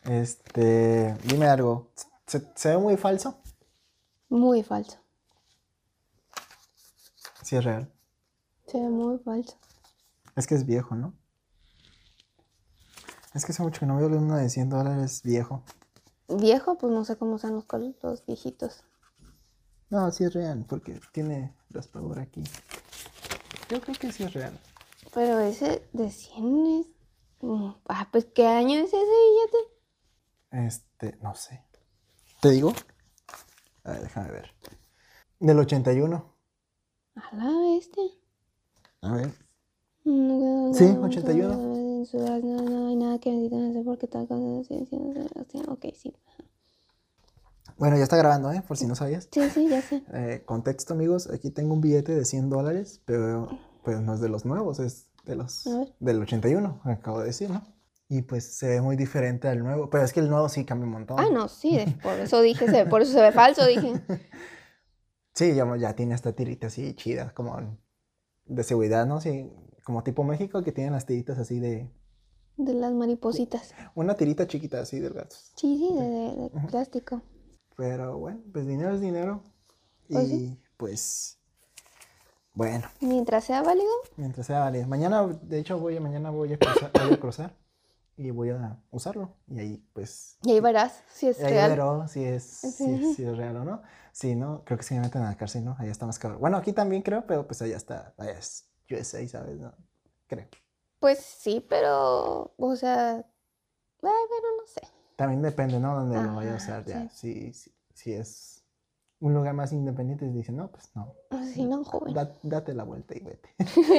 Dime algo. ¿Se ve muy falso? Muy falso. Sí, es real. Se ve muy falso. Es que es viejo, ¿no? Es que hace mucho que no veo uno de $100 viejo. Viejo, pues no sé cómo sean los viejitos. No, sí es real, porque tiene raspadura aquí. Yo creo que sí es real. Pero ese de 100 es... pues ¿qué año es ese billete? No sé. ¿Te digo? A ver, déjame ver. Del 81. A la bestia. A ver. Sí, 81. No hay nada que necesitan hacer porque tal cosa... Ok, sí. Bueno, ya está grabando, ¿eh? Por si no sabías. Sí, ya sé. Contexto, amigos. Aquí tengo un billete de $100, pero pues no es de los nuevos, es de los del 81, acabo de decir, ¿no? Y pues se ve muy diferente al nuevo. Pero es que el nuevo sí cambia un montón. Ah, no, sí, por eso dije, por eso se ve falso, dije. Sí, ya tiene esta tirita así chida, como de seguridad, ¿no? Sí, como tipo México, que tienen las tiritas así de... De las maripositas. Una tirita chiquita así del gato. Sí, de plástico. Pero bueno, pues dinero es dinero. Pues Y sí. pues... Bueno. Mientras sea válido. Mientras sea válido. Mañana, de hecho, mañana voy a cruzar y voy a usarlo. Y ahí, pues... Y ahí verás si es ahí real. veró si es real o no. Si no, creo que se me meten a la cárcel, ¿no? Allá está más cabrón. Bueno, aquí también creo, pero pues allá es USA, ¿sabes? No, creo. Pues sí, pero, o sea, bueno, no sé. También depende, ¿no? Donde lo vaya a usar ya. Sí. Si es un lugar más independiente, dicen, no, pues no. Sí, no, joven. Date la vuelta y vete.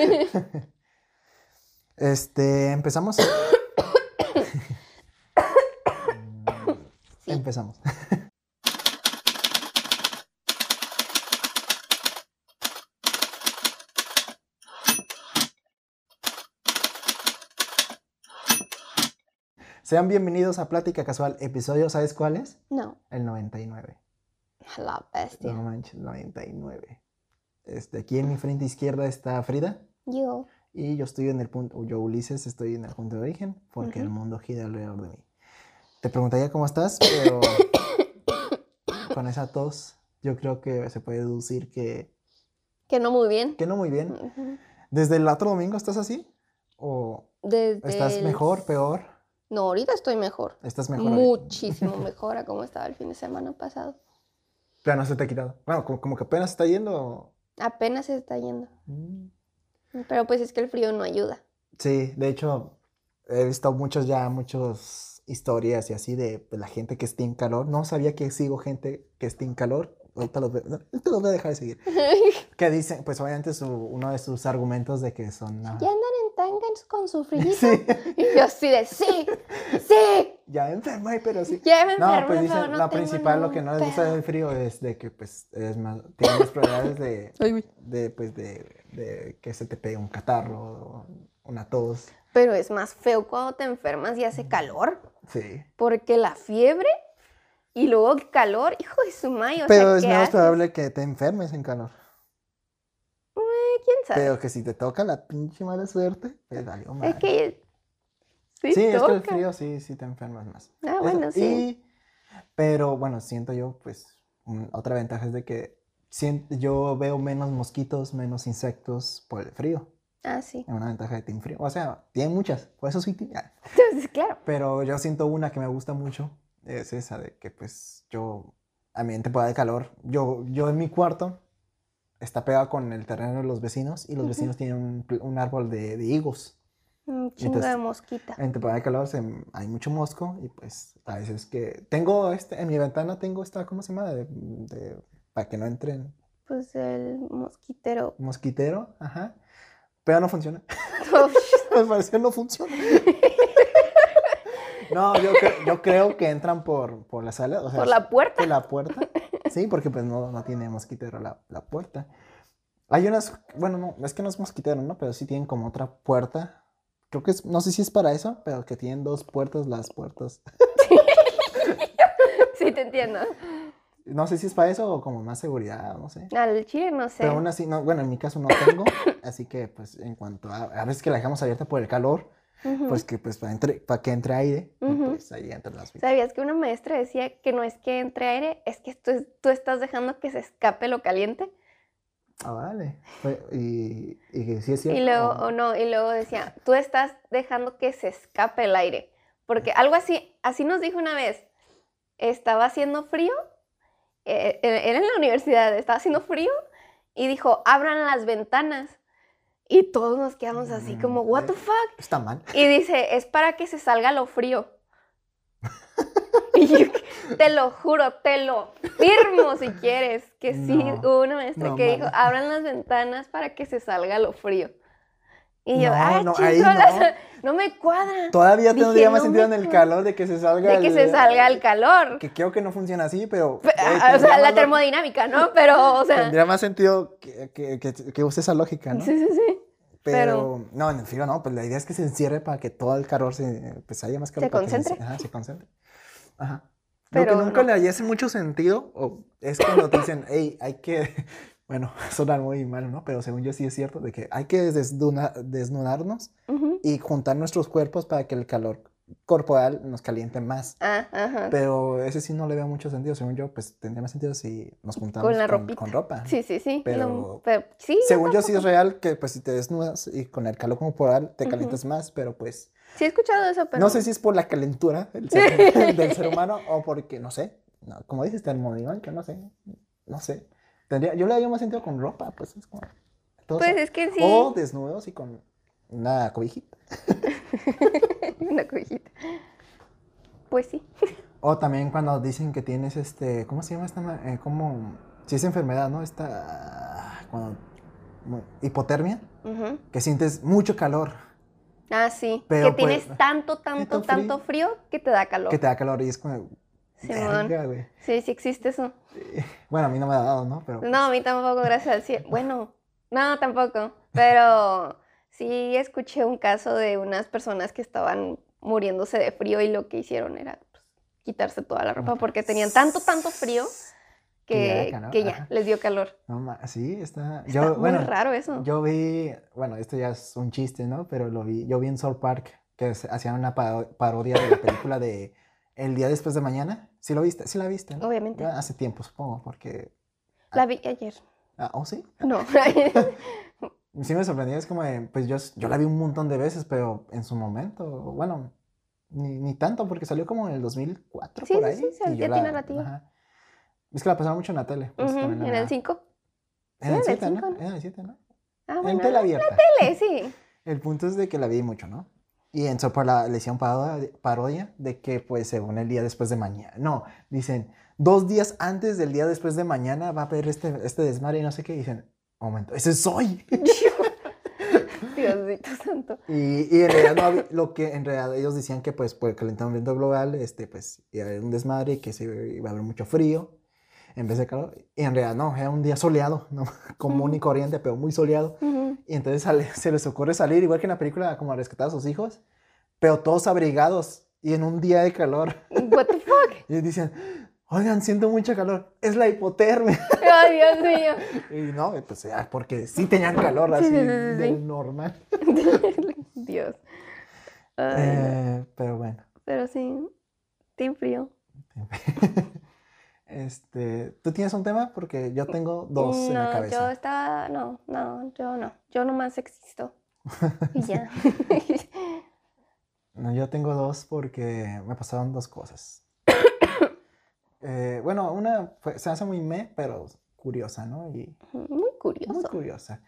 ¿Empezamos? Sí. Empezamos. Sean bienvenidos a Plática Casual, episodio, ¿sabes cuál es? No. El 99. La bestia. No manches, 99. Aquí en mi frente izquierda está Frida. Yo. Y yo estoy en el punto, yo Ulises, estoy en el punto de origen, porque el mundo gira alrededor de mí. Te preguntaría cómo estás, pero con esa tos yo creo que se puede deducir que... Que no muy bien. Que no muy bien. ¿Desde el otro domingo estás así? ¿O estás mejor, peor? No, ahorita estoy mejor. ¿Estás mejor? Muchísimo mejor a cómo estaba el fin de semana pasado. Pero no se te ha quitado. Bueno, como que apenas está yendo. Apenas se está yendo. Pero pues es que el frío no ayuda. Sí, de hecho, he visto muchas historias y así de la gente que está en calor. No sabía que sigo gente que está en calor. Ahorita los voy a dejar de seguir. Que dicen, pues obviamente uno de sus argumentos de que son... ¿Ya andan en tangas con su frillito? Sí. Y yo así de, sí. Ya me enfermé, pero sí. Ya me enfermé, no, pues dicen, no la principal, lo que no les gusta del frío es de que, pues, tiene más probabilidades de que se te pegue un catarro, una tos. Pero es más feo cuando te enfermas y hace calor. Sí. Porque la fiebre y luego calor, hijo de su madre. Pero es menos probable que te enfermes en calor. ¿Quién sabe? Pero que si te toca la pinche mala suerte, pues valió mal. Es que sí, es que el frío sí te enfermas más. Ah, bueno, sí. Pero bueno, siento yo, pues, otra ventaja es de que yo veo menos mosquitos, menos insectos por el frío. Ah, sí. Es una ventaja de Team Frío. O sea, tiene muchas, por eso soy Team. Entonces, claro. Pero yo siento una que me gusta mucho, es esa de que pues a mi temporada de calor, yo en mi cuarto está pegado con el terreno de los vecinos y los vecinos tienen un árbol de higos. Un chingo de mosquita. En temporada de calor hay mucho mosco y pues a veces que tengo en mi ventana tengo ¿cómo se llama? Para que no entren. Pues el mosquitero. Mosquitero, ajá. Pero no funciona. Al parecer no funciona. No, yo creo que entran por la sala. O sea, ¿por la puerta? Por la puerta. Sí, porque pues no tiene mosquitero la puerta. Hay unas, bueno, no, es que no es mosquitero, ¿no? Pero sí tienen como otra puerta. Creo que no sé si es para eso, pero que tienen dos puertas las puertas. Sí, te entiendo. No sé si es para eso o como más seguridad, no sé. Al chile no sé. Pero aún así, no, bueno, en mi caso no tengo, así que pues en cuanto a veces que la dejamos abierta por el calor, pues que pues para que entre aire, Ujú. pues ahí entran las vías. ¿Sabías que una maestra decía que no es que entre aire, es que tú estás dejando que se escape lo caliente? Ah, vale. Y que sí es Y cierto. luego, o no, y luego decía, tú estás dejando que se escape el aire. Porque algo así nos dijo una vez. Estaba haciendo frío, era en la universidad, estaba haciendo frío y dijo, abran las ventanas. Y todos nos quedamos así como, what the fuck? Está mal. Y dice, es para que se salga lo frío. Y yo, te lo juro, te lo firmo si quieres, que sí, No, hubo una maestra no, que dijo, mami. abran las ventanas para que se salga lo frío. Y yo, No, no, ahí chistola, no me cuadra. Todavía Dije, tendría más no sentido me en el cuadra. calor de que se salga De que se salga el calor. Que creo que no funciona así, pero... O sea, la termodinámica, ¿no? Pero, o sea, Tendría más sentido que use esa lógica, ¿no? sí, sí, sí. Pero, no, en el frío no, pues la idea es que se encierre para que todo el calor pues haya más calor. Se para que concentre. Ajá, se concentre. Ajá. Pero Lo que nunca no. le hace mucho sentido es cuando te dicen, hey, hay que, bueno, suena muy mal, ¿no? Pero según yo sí es cierto, de que hay que desnudarnos Ujú. y juntar nuestros cuerpos para que el calor corporal nos caliente más. Ah, ajá. Pero ese sí no le veo mucho sentido, según yo, pues tendría más sentido si nos juntamos Con la ropita. con ropa. Sí, sí, sí. Pero, No, pero sí, según yo sí es real que pues si te desnudas y con el calor corporal te Ujú. calientas más, pero pues sí he escuchado eso, pero... no sé si es por la calentura del ser humano o porque, no sé, no, como dices, termodinámica, no sé, no sé. Yo le daría más sentido con ropa, pues es como todo Pues eso. es que sí. O desnudos y con una cobijita. Una cobijita. Pues sí. O también cuando dicen que tienes ¿cómo se llama esta? Como, si es enfermedad, ¿no? Cuando, hipotermia, Ujú. que sientes mucho calor, Ah, sí. pero que tienes pues, tanto frío que te da calor. que te da calor y es como, Simón. verga, güey. Sí, sí existe eso. Bueno, a mí no me ha dado, ¿no? Pero No, a mí tampoco, gracias al cielo. Bueno, no, tampoco. Pero sí escuché un caso de unas personas que estaban muriéndose de frío y lo que hicieron era pues, quitarse toda la ropa porque tenían tanto frío que ya Ajá. les dio calor. No, sí, está. Está muy raro eso. Yo vi, bueno, esto ya es un chiste, ¿no? Pero yo vi en South Park que hacían una parodia de la película de El día después de mañana. ¿Sí lo viste? Sí la viste, ¿no? Obviamente. Ya hace tiempo, supongo, porque... La vi ayer. ¿Oh, sí? No. Sí me sorprendió, es como de, pues yo la vi un montón de veces, pero en su momento, bueno, ni tanto, porque salió como en el 2004 Sí, por sí, ahí. sí, Y yo ya tiene ratillo. ajá. Es que la pasaron mucho en la tele. Pues, Ujú, también en el 5. en el Sí, en el 7, ¿no? 5, ¿no? En el 7, ¿no? Ah, En bueno, tele la abierta. tele, sí. El punto es de que la vi mucho, ¿no? Y en Sopor le hicieron parodia de que, pues, según el día después de mañana. No, dicen, 2 días antes del día después de mañana va a haber este desmadre y no sé qué. Y dicen, momento, ese soy. Diosito santo. Y en realidad no había, lo que en realidad ellos decían que, pues, por el calentamiento global, pues, iba a haber un desmadre y que iba a haber mucho frío en vez de calor. Y en realidad no, era un día soleado, ¿no? Común y corriente, pero muy soleado. Ujú. Y entonces se les ocurre salir, igual que en la película, como a rescatar a sus hijos, pero todos abrigados y en un día de calor. What the fuck? Y dicen, oigan, siento mucho calor, es la hipotermia. Ay, Dios mío. Y no, pues ya, porque sí tenían calor así Sí. del normal. Dios. Ay, no. Pero bueno. Pero sí, team frío. ¿Tú tienes un tema? Porque yo tengo dos en la cabeza. Yo estaba, yo no. Yo nomás existo. Y ya. No, yo tengo dos porque me pasaron dos cosas. Bueno, una se hace muy pero curiosa, ¿no? Y Muy curioso. muy curiosa.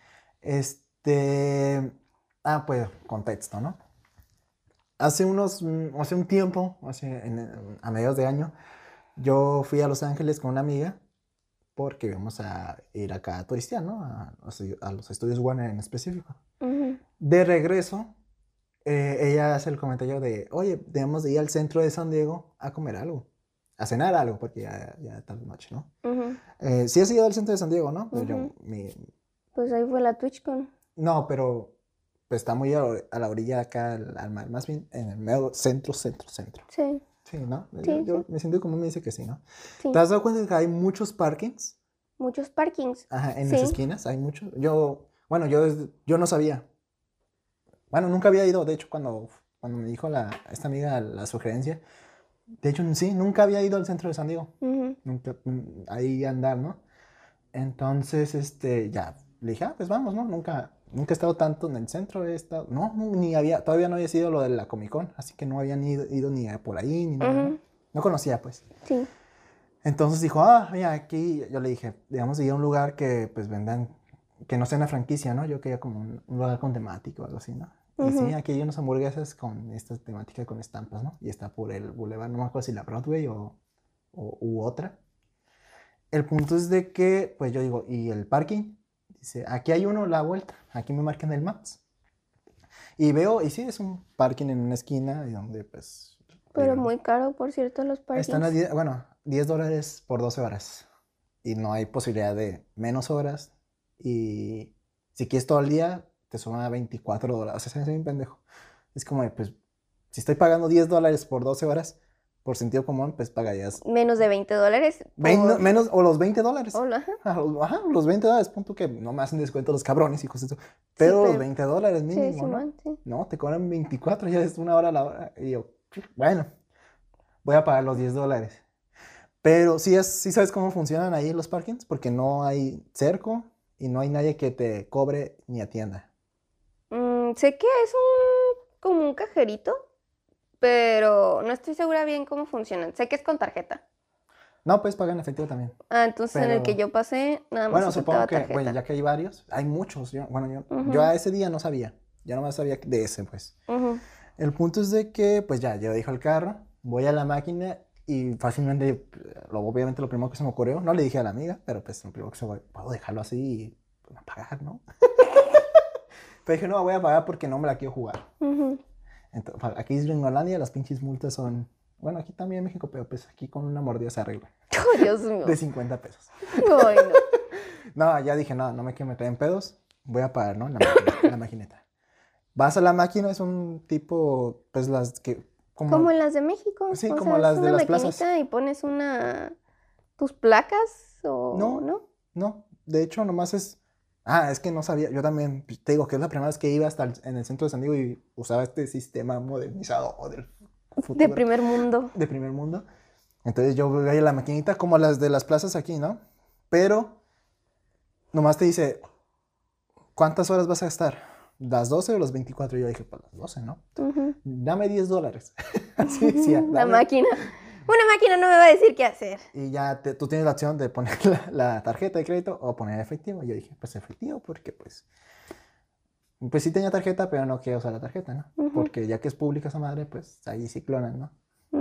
Pues, contexto, ¿no? Hace un tiempo, a mediados de año, yo fui a Los Ángeles con una amiga porque íbamos a ir acá a turistear, ¿no? A los estudios Warner en específico. Ujú. De regreso, ella hace el comentario de, oye, debemos de ir al centro de San Diego a comer algo, a cenar algo, porque ya tarde noche, ¿no? Ujú. Sí has ido al centro de San Diego, ¿no? Pues Ujú. Pues ahí fue la TwitchCon. No, pero pues está muy a la orilla acá al mar, más bien en el medio centro. Sí. Sí, ¿no? Sí, Yo sí. me siento como me dice que sí, ¿no? Sí. ¿Te has dado cuenta de que hay muchos parkings? Muchos parkings. Ajá, en Sí. las esquinas hay muchos. Yo no sabía. Bueno, nunca había ido, de hecho, cuando cuando me dijo esta amiga la sugerencia, de hecho, sí, nunca había ido al centro de San Diego. Nunca, ahí andar, ¿no? Entonces, ya, le dije, pues vamos, ¿no? Nunca he estado tanto en el centro, todavía no había sido lo de la Comic Con, así que no había ido ni por ahí, ni nada, ¿no? No conocía, pues. Sí. Entonces dijo, mira, aquí, yo le dije, digamos, ir a un lugar que, pues, vendan, que no sea una franquicia, ¿no? Yo quería como un lugar con temático o algo así, ¿no? Y sí, aquí hay unas hamburguesas con esta temática con estampas, ¿no? Y está por el Boulevard, no me acuerdo si la Broadway u otra. El punto es de que, pues yo digo, ¿y el parking? Dice, aquí hay uno a la vuelta, aquí me marcan el Maps. Y veo, y sí, es un parking en una esquina, y donde, pues... Pero muy caro, por cierto, los parkings. Están a $10 por 12 horas. Y no hay posibilidad de menos horas. Y si quieres todo el día, te suman a $24. O sea, se me hace bien pendejo. Es como, pues, si estoy pagando $10 por 12 horas, por sentido común, pues pagarías... Menos de $20. Menos, o los $20. Ajá. Los $20, punto que no me hacen descuento los cabrones, hijos de eso. Pero los $20 mínimo, sí, ¿no? man, sí. No, te cobran 24, ya es 1 hora a la hora. Y yo, bueno, voy a pagar los $10. Pero sí sabes cómo funcionan ahí los parkings, porque no hay cerco y no hay nadie que te cobre ni atienda. Sé que es como un cajerito, pero no estoy segura bien cómo funcionan. Sé que es con tarjeta. No, puedes pagar en efectivo también. Entonces en el que yo pasé, nada más supongo que, tarjeta. bueno, ya que hay varios, hay muchos. Yo a ese día no sabía. Ya nomás sabía de ese, pues. El punto es de que, pues ya, yo dejo el carro, voy a la máquina y fácilmente, obviamente lo primero que se me ocurrió, no le dije a la amiga, pero pues lo primero que se me ocurrió, puedo dejarlo así y pues, pagar, ¿no? Pero dije, no, voy a pagar porque no me la quiero jugar. Entonces, aquí en Gringolandia las pinches multas son, bueno, aquí también en México, pero pues aquí con una mordida se arregla. ¡Oh, Dios mío! De $50. Ay, no. No, ya dije, no me quiero meter en pedos, voy a pagar, ¿no? La maquineta. Vas a la máquina, es un tipo, pues las que... Como en las de México. Sí, como las de las plazas. Y pones tus placas o no. De hecho, nomás es... es que no sabía. Yo también te digo que es la primera vez que iba en el centro de San Diego y usaba este sistema modernizado del futuro. De primer mundo. De primer mundo. Entonces yo veía la maquinita como las de las plazas aquí, ¿no? Pero nomás te dice, ¿cuántas horas vas a estar? ¿Las 12 o los 24? Y yo dije, pues las 12, ¿no? Dame $10. Así decía. La máquina. Una máquina no me va a decir qué hacer. Y ya tú tienes la opción de poner la tarjeta de crédito o poner efectivo. Y yo dije, pues efectivo, porque pues sí tenía tarjeta, pero no quiero usar la tarjeta, ¿no? Porque ya que es pública esa madre, pues ahí sí clonan, ¿no?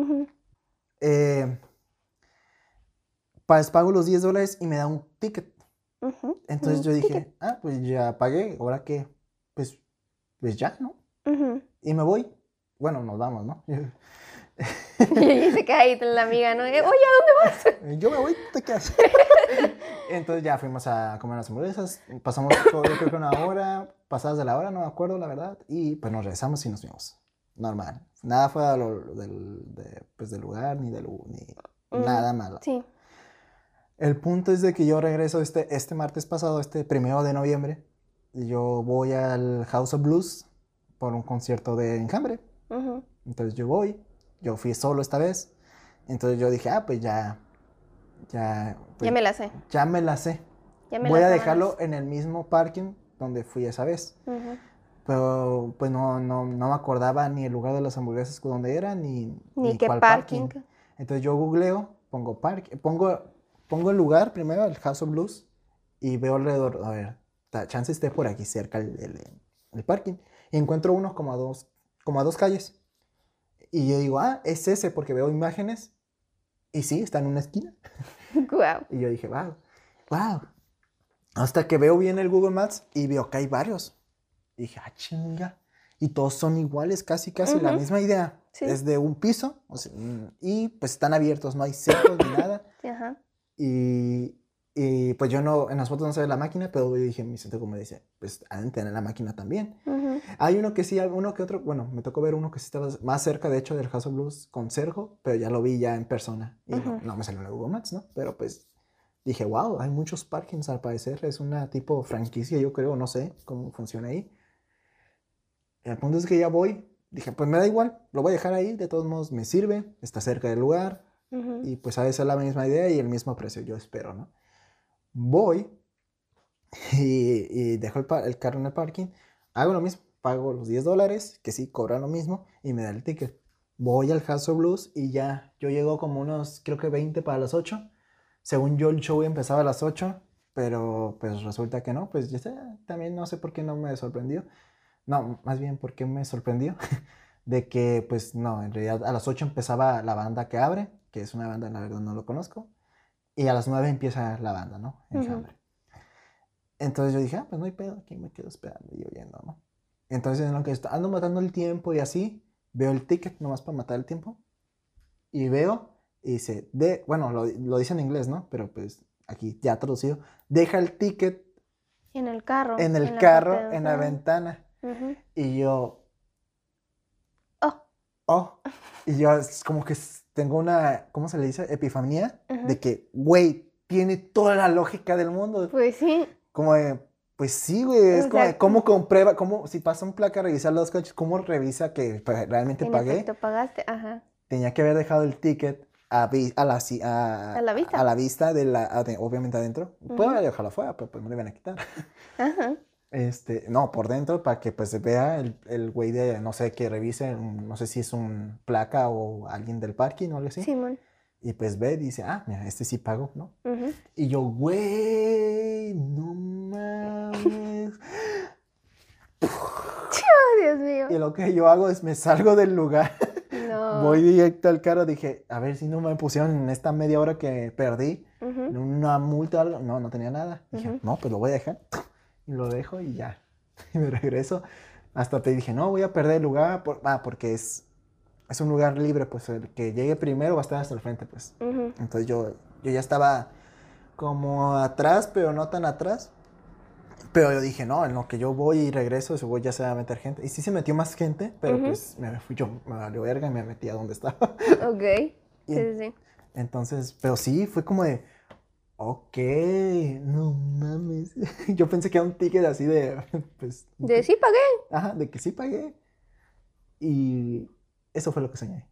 Pues pago los $10 y me da un ticket. Entonces yo dije, pues ya pagué, ¿ahora qué? Pues ya, ¿no? Y me voy. Bueno, nos vamos, ¿no? Y se queda ahí la amiga, ¿no? Oye, ¿a dónde vas? Yo me voy, ¿te quedas? Entonces ya fuimos a comer las hamburguesas. Pasamos, yo creo que 1 hora, pasadas de la hora, no me acuerdo, la verdad. Y pues nos regresamos y nos fuimos. Normal. Nada fuera del lugar, ni nada malo. Sí. El punto es de que yo regreso este martes pasado, 1 de noviembre. Y yo voy al House of Blues por un concierto de Enjambre. Entonces yo voy. Yo fui solo esta vez. Entonces yo dije, pues ya. Pues, ya me la sé. Ya me la sé. Voy a dejarlo en el mismo parking donde fui esa vez. Pero pues no me acordaba ni el lugar de las hamburguesas donde era, ni qué cuál parking. Entonces yo googleo, pongo el lugar primero, el House of Blues, y veo alrededor, a ver, chance esté por aquí cerca el parking. Y encuentro uno como a dos calles. Y yo digo, es ese, porque veo imágenes. Y sí, está en una esquina. Wow. Y yo dije, wow. Hasta que veo bien el Google Maps y veo que hay varios. Y dije, chinga. Y todos son iguales, casi la misma idea. Sí. Es de un piso, y pues están abiertos, no hay secos ni nada. Ajá. Y pues yo en las fotos no se ve la máquina, pero yo dije, mi centro como dice, pues han de tener la máquina también. Hay uno que sí, uno que otro, bueno, me tocó ver uno que sí estaba más cerca, de hecho, del House of Blues con Sergio, pero ya lo vi ya en persona. Y no me salió en el Google Maps, ¿no? Pero pues dije, wow, hay muchos parkings al parecer, es una tipo franquicia, yo creo, no sé cómo funciona ahí. El punto es que ya voy dije, pues me da igual, lo voy a dejar ahí, de todos modos me sirve, está cerca del lugar, y pues a veces la misma idea y el mismo precio, yo espero, ¿no? Voy y dejo el carro en el parking, hago lo mismo, pago los $10, que sí, cobran lo mismo, y me da el ticket. Voy al House of Blues y ya, yo llego como unos, creo que 20 para las 8. Según yo, el show empezaba a las 8, pero pues resulta que no, pues ya sé, también no sé por qué no me sorprendió. No, más bien por qué me sorprendió. De que, pues no, en realidad a las 8 empezaba la banda que abre, que es una banda, la verdad no lo conozco, y a las 9 empieza la banda, ¿no? Enjambre. Entonces yo dije, pues no hay pedo, aquí me quedo esperando y oyendo, ¿no? Entonces en lo que ando matando el tiempo y así, veo el ticket nomás para matar el tiempo, y veo, y dice, bueno, lo dice en inglés, ¿no? Pero pues aquí ya traducido, deja el ticket en el carro, en el en carro, en la ventana. Y yo, y yo es como que tengo una, ¿cómo se le dice? Epifanía, de que, güey, tiene toda la lógica del mundo. Pues sí. Como de, pues sí, güey, es como de, ¿cómo comprueba, cómo, si pasa un placa a revisar los coches, cómo revisa que realmente en pagué? efecto pagaste, ajá. Tenía que haber dejado el ticket a la vista. A la vista de obviamente adentro. Puedo haber dejado afuera, pero pues me lo iban a quitar. Ajá. No, por dentro, para que pues se vea el güey de, no sé, que revise, no sé si es un placa o alguien del parking o algo así. Simón. Y pues ve, dice, mira, este sí pagó, ¿no? Y yo, güey, no mames. Oh, Dios mío. Y lo que yo hago es me salgo del lugar. No. Voy directo al carro. Dije, a ver si no me pusieron en esta media hora que perdí una multa o algo. No, no tenía nada. Dije, no, pues lo voy a dejar. Y lo dejo y ya. Y me regreso. Hasta te dije, no, voy a perder el lugar. Porque es un lugar libre. Pues el que llegue primero va a estar hasta el frente, pues. Entonces yo ya estaba como atrás, pero no tan atrás. Pero yo dije, no, en lo que yo voy y regreso, ya se va a meter gente. Y sí se metió más gente, pero pues me valió verga y me metí a donde estaba. Ok. Sí. Entonces, pero sí, fue como de, ok, no mames. Yo pensé que era un ticket así de, pues... De sí pagué. Ajá, de que sí pagué. Y eso fue lo que soñé.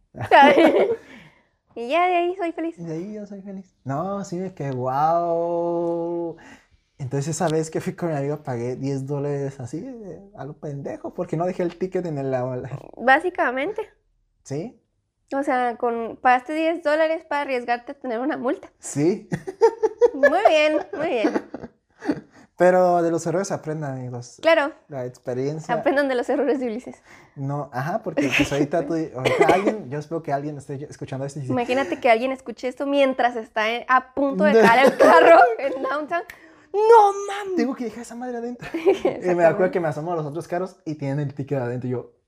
Y ya de ahí soy feliz. Y de ahí yo soy feliz. No, sí, me quedé, wow. Entonces esa vez que fui con mi amigo pagué $10 así, a lo pendejo, porque no dejé el ticket en el... Básicamente. ¿Sí? O sea, pagaste $10 para arriesgarte a tener una multa. Sí. Muy bien, muy bien. Pero de los errores aprendan, amigos. Claro. La experiencia. Aprendan de los errores de Ulises. No, porque pues ahorita alguien, yo espero que alguien esté escuchando esto y dice, imagínate que alguien escuche esto mientras está a punto de dejar el carro en downtown. ¡No mames! Tengo que dejar esa madre adentro. Y me acuerdo que me asomo a los otros carros y tienen el ticket adentro y yo...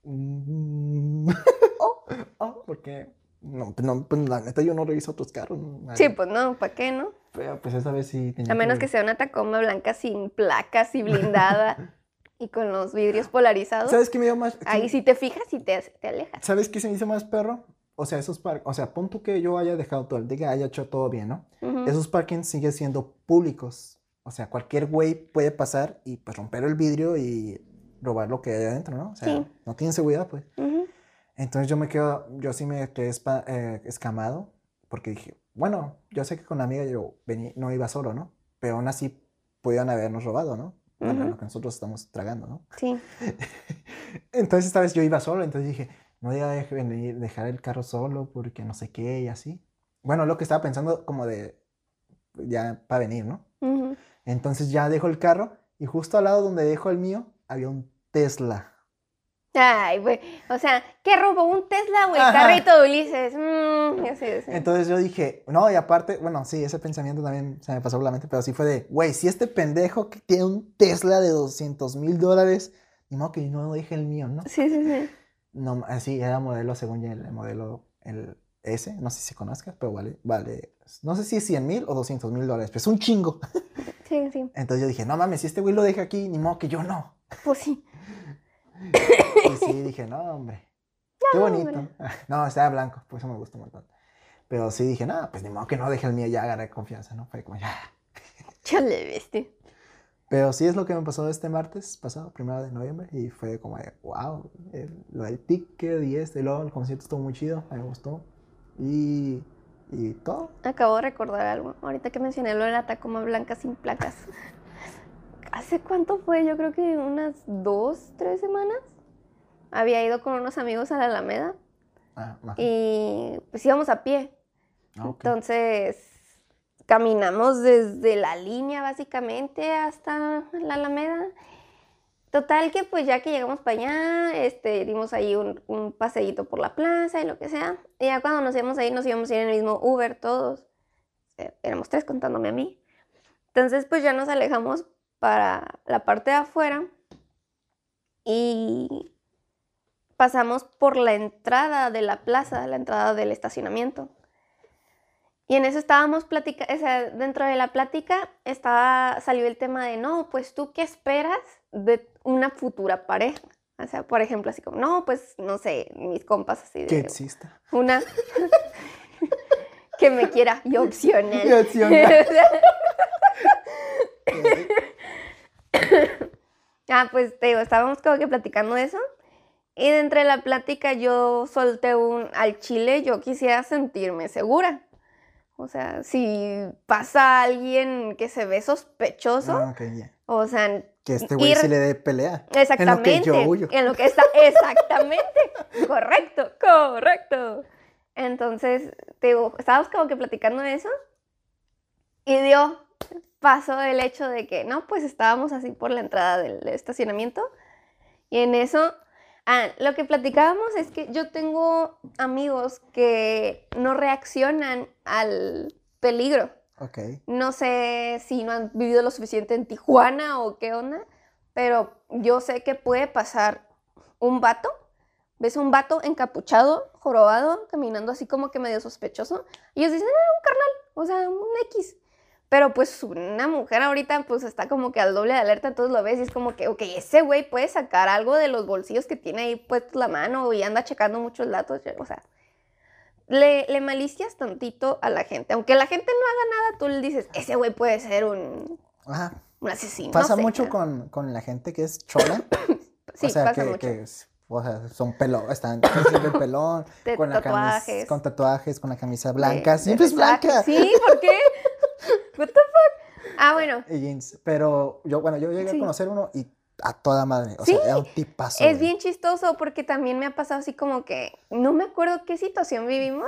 porque... No, pues la neta yo no reviso otros carros. Sí, pues no, ¿para qué, no? Pero pues esa vez sí tenía a menos que sea una Tacoma blanca sin placas y blindada y con los vidrios polarizados. ¿Sabes qué me dio más? Ahí sí te fijas y te alejas. ¿Sabes qué se me hizo más perro? O sea, pon tú que yo haya dejado todo el ticket, haya hecho todo bien, ¿no? Esos parkings siguen siendo públicos. O sea, cualquier güey puede pasar y pues romper el vidrio y robar lo que hay adentro, ¿no? O sea, no tienen seguridad, pues. Entonces yo sí me quedé escamado, porque dije, bueno, yo sé que con la amiga yo no iba solo, ¿no? Pero aún así pudieron habernos robado, ¿no? Bueno, lo que nosotros estamos tragando, ¿no? Sí. Entonces esta vez yo iba solo, entonces dije, no voy a dejar el carro solo porque no sé qué y así. Bueno, lo que estaba pensando como de, ya para venir, ¿no? Entonces ya dejo el carro y justo al lado donde dejo el mío había un Tesla. Ay, güey, o sea, ¿qué robó un Tesla, güey? Carrito de Ulises. Ya sé. Entonces yo dije, no, y aparte, bueno, sí, ese pensamiento también se me pasó por la mente, pero sí fue de, güey, si este pendejo que tiene un Tesla de $200,000, ni modo que no deje el mío, ¿no? Sí. No, así era modelo, según ya el modelo, el S, no sé si se conozca, pero vale, no sé si es 100,000 o $200,000, pero es un chingo. Sí. Entonces yo dije, no mames, si este güey lo deja aquí, ni modo que yo no. Pues sí. Y sí, dije, no, hombre, qué bonito. Hombre. No, estaba blanco, por eso me gustó un montón. Pero sí dije, no, pues ni modo que no deje el mío, ya agarré confianza, ¿no? Fue como, ya. Chale, viste. Pero sí es lo que me pasó este martes pasado, 1 de noviembre, y fue como de, wow, lo del ticket y luego el concierto estuvo muy chido, me gustó, y todo. Acabo de recordar algo, ahorita que mencioné lo de la Tacoma Blanca sin placas. ¿Hace cuánto fue? Yo creo que unas 2, 3 semanas. Había ido con unos amigos a la Alameda y pues íbamos a pie. Entonces caminamos desde la línea básicamente hasta la Alameda. Total que pues ya que llegamos para allá, dimos ahí un paseíto por la plaza y lo que sea. Y ya cuando nos íbamos a ir en el mismo Uber todos. Éramos 3 contándome a mí. Entonces pues ya nos alejamos para la parte de afuera y pasamos por la entrada de la plaza, la entrada del estacionamiento. Y en eso estábamos platicando, o sea, dentro de la plática salió el tema de, no, pues tú qué esperas de una futura pareja. O sea, por ejemplo, así como, no, pues, no sé, mis compas así de... Que exista. Una que me quiera y opcional. Y opcional. Pues te digo, estábamos como que platicando eso. Y dentro de la plática yo solté al chile, yo quisiera sentirme segura. O sea, si pasa alguien que se ve sospechoso, o sea... Que este güey sí le dé pelea. Exactamente. En lo que yo huyo. En lo que está, exactamente. Correcto. Entonces, te digo, estábamos como que platicando eso y dio paso el hecho de que, no, pues estábamos así por la entrada del estacionamiento y en eso... lo que platicábamos es que yo tengo amigos que no reaccionan al peligro. Okay. No sé si no han vivido lo suficiente en Tijuana o qué onda, pero yo sé que puede pasar un vato. Ves un vato encapuchado, jorobado, caminando así como que medio sospechoso. Y ellos dicen, un carnal, o sea, un X. Pero pues una mujer ahorita pues está como que al doble de alerta, entonces lo ves y es como que, ok, ese güey puede sacar algo de los bolsillos que tiene ahí puesto la mano y anda checando muchos datos, o sea, le malicias tantito a la gente. Aunque la gente no haga nada, tú le dices, ese güey puede ser un asesino. Pasa mucho con la gente que es chola. Sí, o sea, pasa mucho. O sea, son están siempre pelón, con tatuajes. Con tatuajes, con la camisa blanca, siempre es blanca. Sí, ¿por qué? What the fuck? Bueno. Y jeans. Pero yo llegué a conocer uno y a toda madre. O sea, era un tipazo. Es bien chistoso porque también me ha pasado así como que, no me acuerdo qué situación vivimos,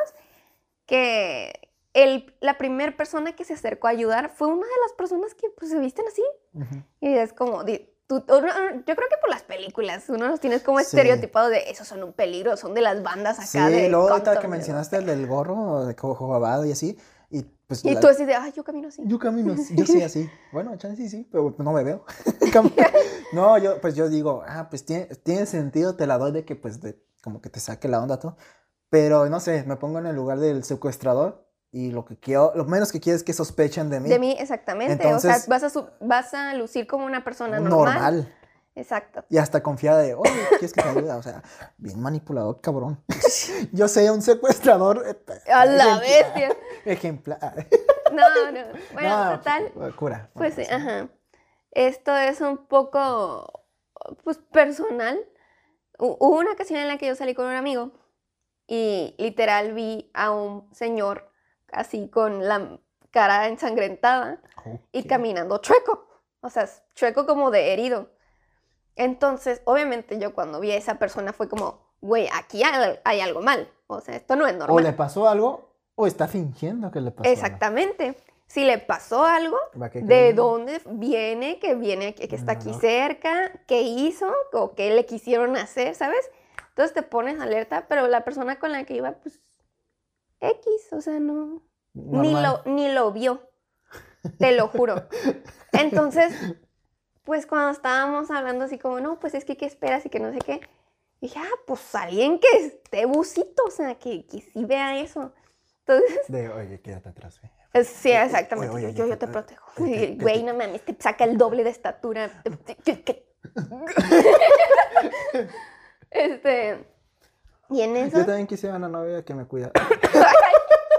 que la primera persona que se acercó a ayudar fue una de las personas que pues se visten así. Uh-huh. Y es como, yo creo que por las películas, uno los tienes como estereotipados de esos son un peligro, son de las bandas acá de... Sí, luego ahorita que mencionaste el del gorro, de jugado y así, y pues... Y tú así de, yo camino así. Yo soy así. Bueno, chance sí, pero no me veo. No, yo digo, pues tiene sentido, te la doy de que pues como que te saque la onda todo, pero no sé, me pongo en el lugar del secuestrador. Y lo menos que quiero es que sospechen de mí. De mí, exactamente. Entonces, o sea, vas a lucir como una persona normal. Exacto. Y hasta confiada de, oye, ¿quieres que te ayude? O sea, bien manipulador, cabrón. Yo soy un secuestrador. A la bestia. Ejemplar. No. Bueno, total. Cura. Pues sí, ajá. Esto es un poco, pues, personal. Hubo una ocasión en la que yo salí con un amigo y literal vi a un señor así con la cara ensangrentada y caminando chueco, o sea, chueco como de herido. Entonces, obviamente yo cuando vi a esa persona fue como, güey, aquí hay algo mal, o sea, esto no es normal. O le pasó algo o está fingiendo que le pasó Exactamente. Algo. Si le pasó algo, ¿de dónde viene? Que está aquí cerca, ¿qué hizo? ¿O qué le quisieron hacer? ¿Sabes? Entonces te pones alerta, pero la persona con la que iba, pues, X, o sea, no, ni lo vio, te lo juro. Entonces, pues cuando estábamos hablando así como, no, pues es que, ¿qué esperas? Y que no sé qué, dije, pues alguien que esté busito, o sea, que sí vea eso. Entonces... oye, quédate atrás, Sí, exactamente, oye, yo te protejo. Güey, no mames, te saca el doble de estatura. Y en eso... Yo también quisiera una novia que me cuida.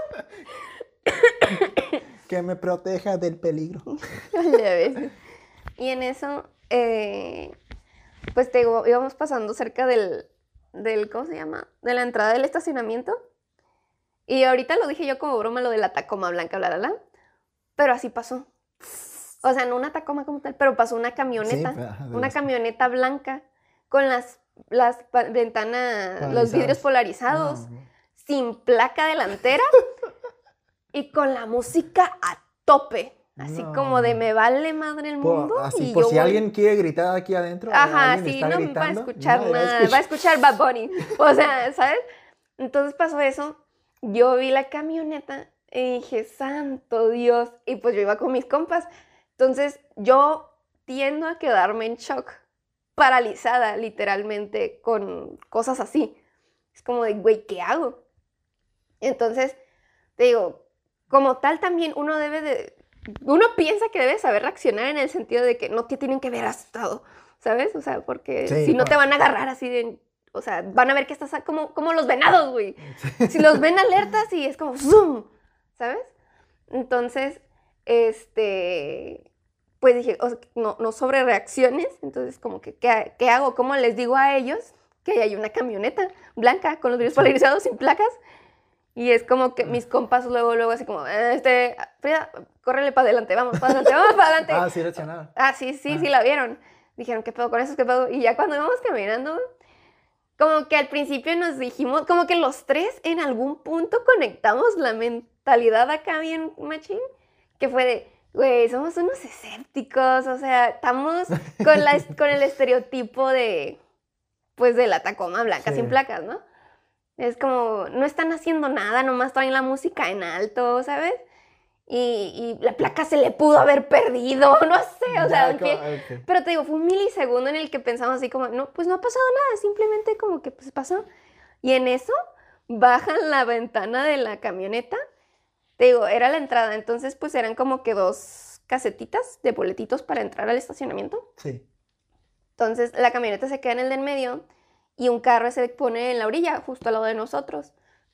Que me proteja del peligro. Y en eso, pues te digo, íbamos pasando cerca ¿cómo se llama? De la entrada del estacionamiento. Y ahorita lo dije yo como broma, lo de la Tacoma blanca, bla, bla, bla. Pero así pasó. O sea, no una Tacoma como tal, pero pasó una camioneta. Sí, ajá, Una camioneta blanca con las ventanas, los vidrios polarizados, No. sin placa delantera y con la música a tope. Así No. como de me vale madre el mundo. Así, y por yo si voy... alguien quiere gritar aquí adentro, o Ajá, alguien sí, está no gritando, va a escuchar nadie va a nada, va a escuchar. escuchar Bad Bunny. O sea, ¿sabes? Entonces pasó eso, yo vi la camioneta y dije, santo Dios, y pues yo iba con mis compas. Entonces yo tiendo a quedarme en shock, paralizada literalmente con cosas así. Es como de, güey, ¿qué hago? Entonces, te digo, como tal también uno piensa que debe saber reaccionar en el sentido de que no te tienen que ver asustado, ¿sabes? O sea, porque Sí, si no te van a agarrar así de, o sea, van a ver que estás como los venados, güey. Si los ven alertas y es como zoom, ¿sabes? Entonces, pues dije, o sea, no sobre reacciones, entonces como que, ¿qué hago? ¿Cómo les digo a ellos que hay una camioneta blanca con los vidrios polarizados sin placas? Y es como que mis compas luego así como, Frida, córrele para adelante, vamos para adelante, vamos para adelante. Ah, sí, reaccionaron. Ah, sí, la vieron. Dijeron, ¿qué pedo con eso? ¿Qué pedo? Y ya cuando íbamos caminando, como que al principio nos dijimos, como que los tres en algún punto conectamos la mentalidad acá bien machín, que fue de, güey, somos unos escépticos, o sea, estamos con el estereotipo de, pues, de la Tacoma blanca sin placas, ¿no? Es como, no están haciendo nada, nomás traen la música en alto, ¿sabes? Y la placa se le pudo haber perdido, no sé, o sea, Okay. pero te digo, fue un milisegundo en el que pensamos así como, no, pues no ha pasado nada, simplemente como que pues pasó. Y en eso bajan la ventana de la camioneta, te digo, era la entrada, entonces pues eran como que 2 casetitas de boletitos para entrar al estacionamiento. Sí. Entonces la camioneta se queda en el de en medio y un carro se pone en la orilla, justo al lado de nosotros.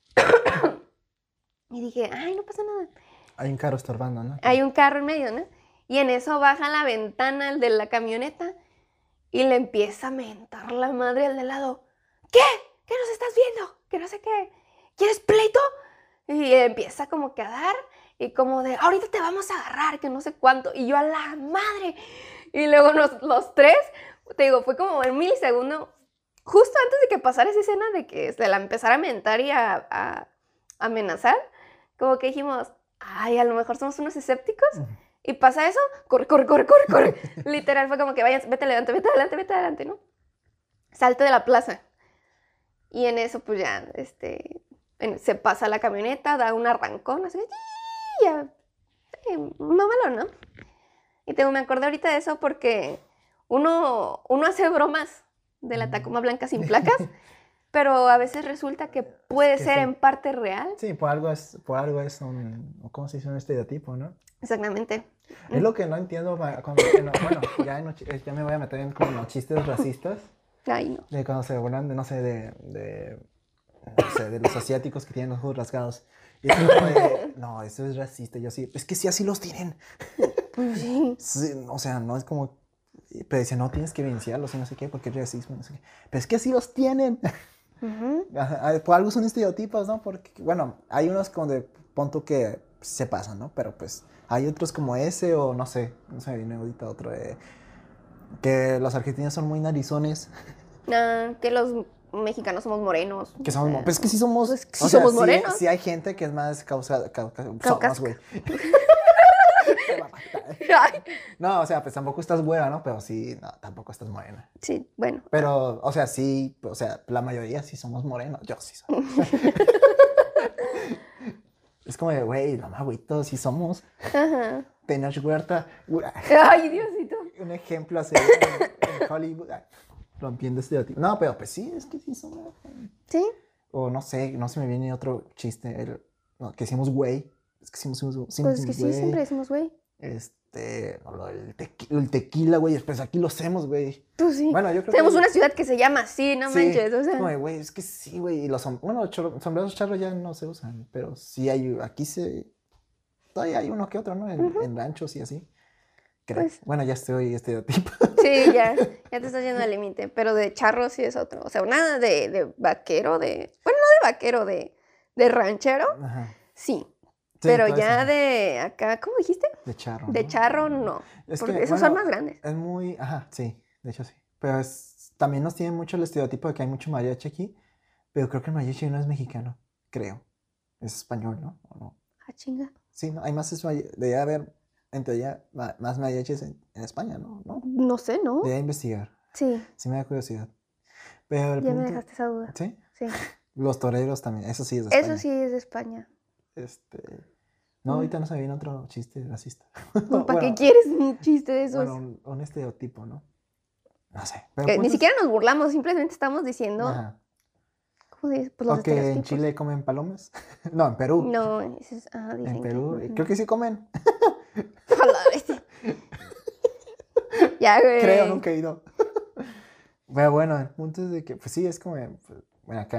Y dije, ay, no pasa nada. Hay un carro estorbando, ¿no? Hay un carro en medio, ¿no? Y en eso baja la ventana el de la camioneta y le empieza a mentar la madre al de lado. ¿Qué? ¿Qué nos estás viendo? Que no sé qué. ¿Quieres pleito? Y empieza como que a dar y como de, ahorita te vamos a agarrar, que no sé cuánto. Y yo a la madre. Y luego los tres, te digo, fue como un milisegundo, justo antes de que pasara esa escena de que se la empezara a mentar y a amenazar, como que dijimos, ay, a lo mejor somos unos escépticos. Y pasa eso, corre. Literal fue como que vayan, vete adelante, ¿no? Salte de la plaza. Y en eso, pues ya, se pasa la camioneta, da un arrancón, así, ya, mamalón, ¿no? Y me acordé ahorita de eso porque uno hace bromas de la Tacoma blanca sin placas, pero a veces resulta que puede ser en parte real. Sí, por algo es un, ¿cómo se dice? Un estereotipo, ¿no? Exactamente. Es lo que no entiendo cuando, bueno, ya me voy a meter en como los chistes racistas. Ay, no. De cuando se burlan de, no sé, de los asiáticos que tienen los ojos rasgados. Y es como de, no, eso es racista. Yo sí, es que sí, así los tienen. Pues sí. Sí, o sea, no es como, pero dice, no, tienes que evidenciarlos y no sé qué, porque es racismo, no sé qué. Pero es que así los tienen. Por algo son estereotipos, ¿no? Porque, bueno, hay unos donde punto que se pasan, ¿no? Pero pues hay otros como ese o no sé, viene ahorita otro de que los argentinos son muy narizones. Que los mexicanos somos morenos. Que somos, pues es que sí somos, pues, sí somos sí, morenos. Sí hay gente que es más somos, güey. No, o sea, pues tampoco estás güera, ¿no? Pero sí, no, tampoco estás morena. Sí, bueno. Pero, o sea, sí, o sea, la mayoría sí somos morenos. Yo sí soy. Es como de, güey, no, güey, todos sí somos. Ajá. Tenoch Huerta. Ay, Diosito. Un ejemplo así en Hollywood. Rompiendo estereotipos. No, pero pues sí, es que sí somos. ¿Sí? O no sé me viene otro chiste. Que decimos güey. Es que pues es que sí, siempre decimos güey. El tequila, güey. Pues aquí lo hacemos, güey. Pues sí. Bueno, yo creo tenemos que una ciudad que se llama así, no manches. O sea. No, güey, es que sí, güey. Y los sombreros charros ya no se usan. Pero sí hay, aquí todavía hay uno que otro, ¿no? En ranchos y así. creo. Pues, Bueno, ya estoy estereotipo. sí, ya te estás yendo al límite, pero de charro sí es otro. O sea, una de vaquero, bueno, no de vaquero, de ranchero, Ajá. sí. Sí, Pero todo eso. ya de acá, ¿cómo dijiste? De charro, De ¿no? charro, no. Es Porque que, esos son bueno, más grandes. es muy, ajá, sí, de hecho sí. Pero también nos tiene mucho el estereotipo de que hay mucho mariachi aquí, pero creo que el mariachi no es mexicano, creo. Es español, ¿no? ¿O no? Ah, chinga. Sí, ¿no? Hay más, debería haber, en teoría, más mariachis en España, ¿no? ¿No? No sé, ¿no? Debería investigar. Sí, Sí me da curiosidad. Pero el ya me punto, dejaste esa duda. ¿sí? Sí. Los toreros también, eso sí es de Eso España. sí es de España. No, ahorita no se me viene otro chiste racista. ¿Para qué Bueno, quieres un chiste de esos? bueno, un estereotipo, ¿no? No sé. Pero Ni puntos, siquiera nos burlamos, simplemente estamos diciendo, ajá. ¿cómo dices? Pues los O que en estereotipos. Chile comen palomas. No, en Perú. No, En dicen Perú, que... creo que sí comen. A la bestia. Ya, güey. Creo, nunca he ido. Pero bueno, el punto es de que, pues sí, es como, pues, bueno, acá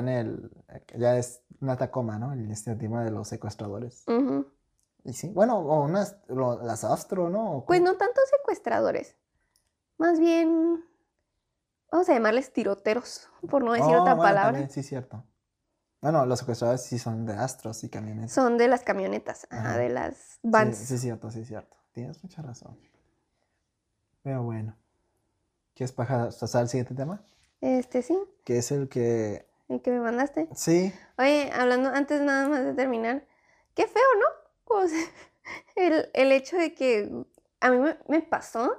ya es una Tacoma, ¿no? El estereotipo de los secuestradores. Ujú. Y sí, bueno, o las astro, ¿no? ¿O Pues cómo? no tanto secuestradores, más bien, vamos a llamarles tiroteros, por no decir otra Bueno, palabra. también, sí, cierto. Bueno, los secuestradores sí son de astros y camionetas. Son de las camionetas, Ajá. de las vans. Sí, cierto, sí, cierto. Tienes mucha razón. Pero bueno. ¿Quieres pasar al siguiente tema? Sí, Que es el que... el que me mandaste. Sí. Oye, hablando antes nada más de terminar, qué feo, ¿no? O sea, el hecho de que a mí me pasó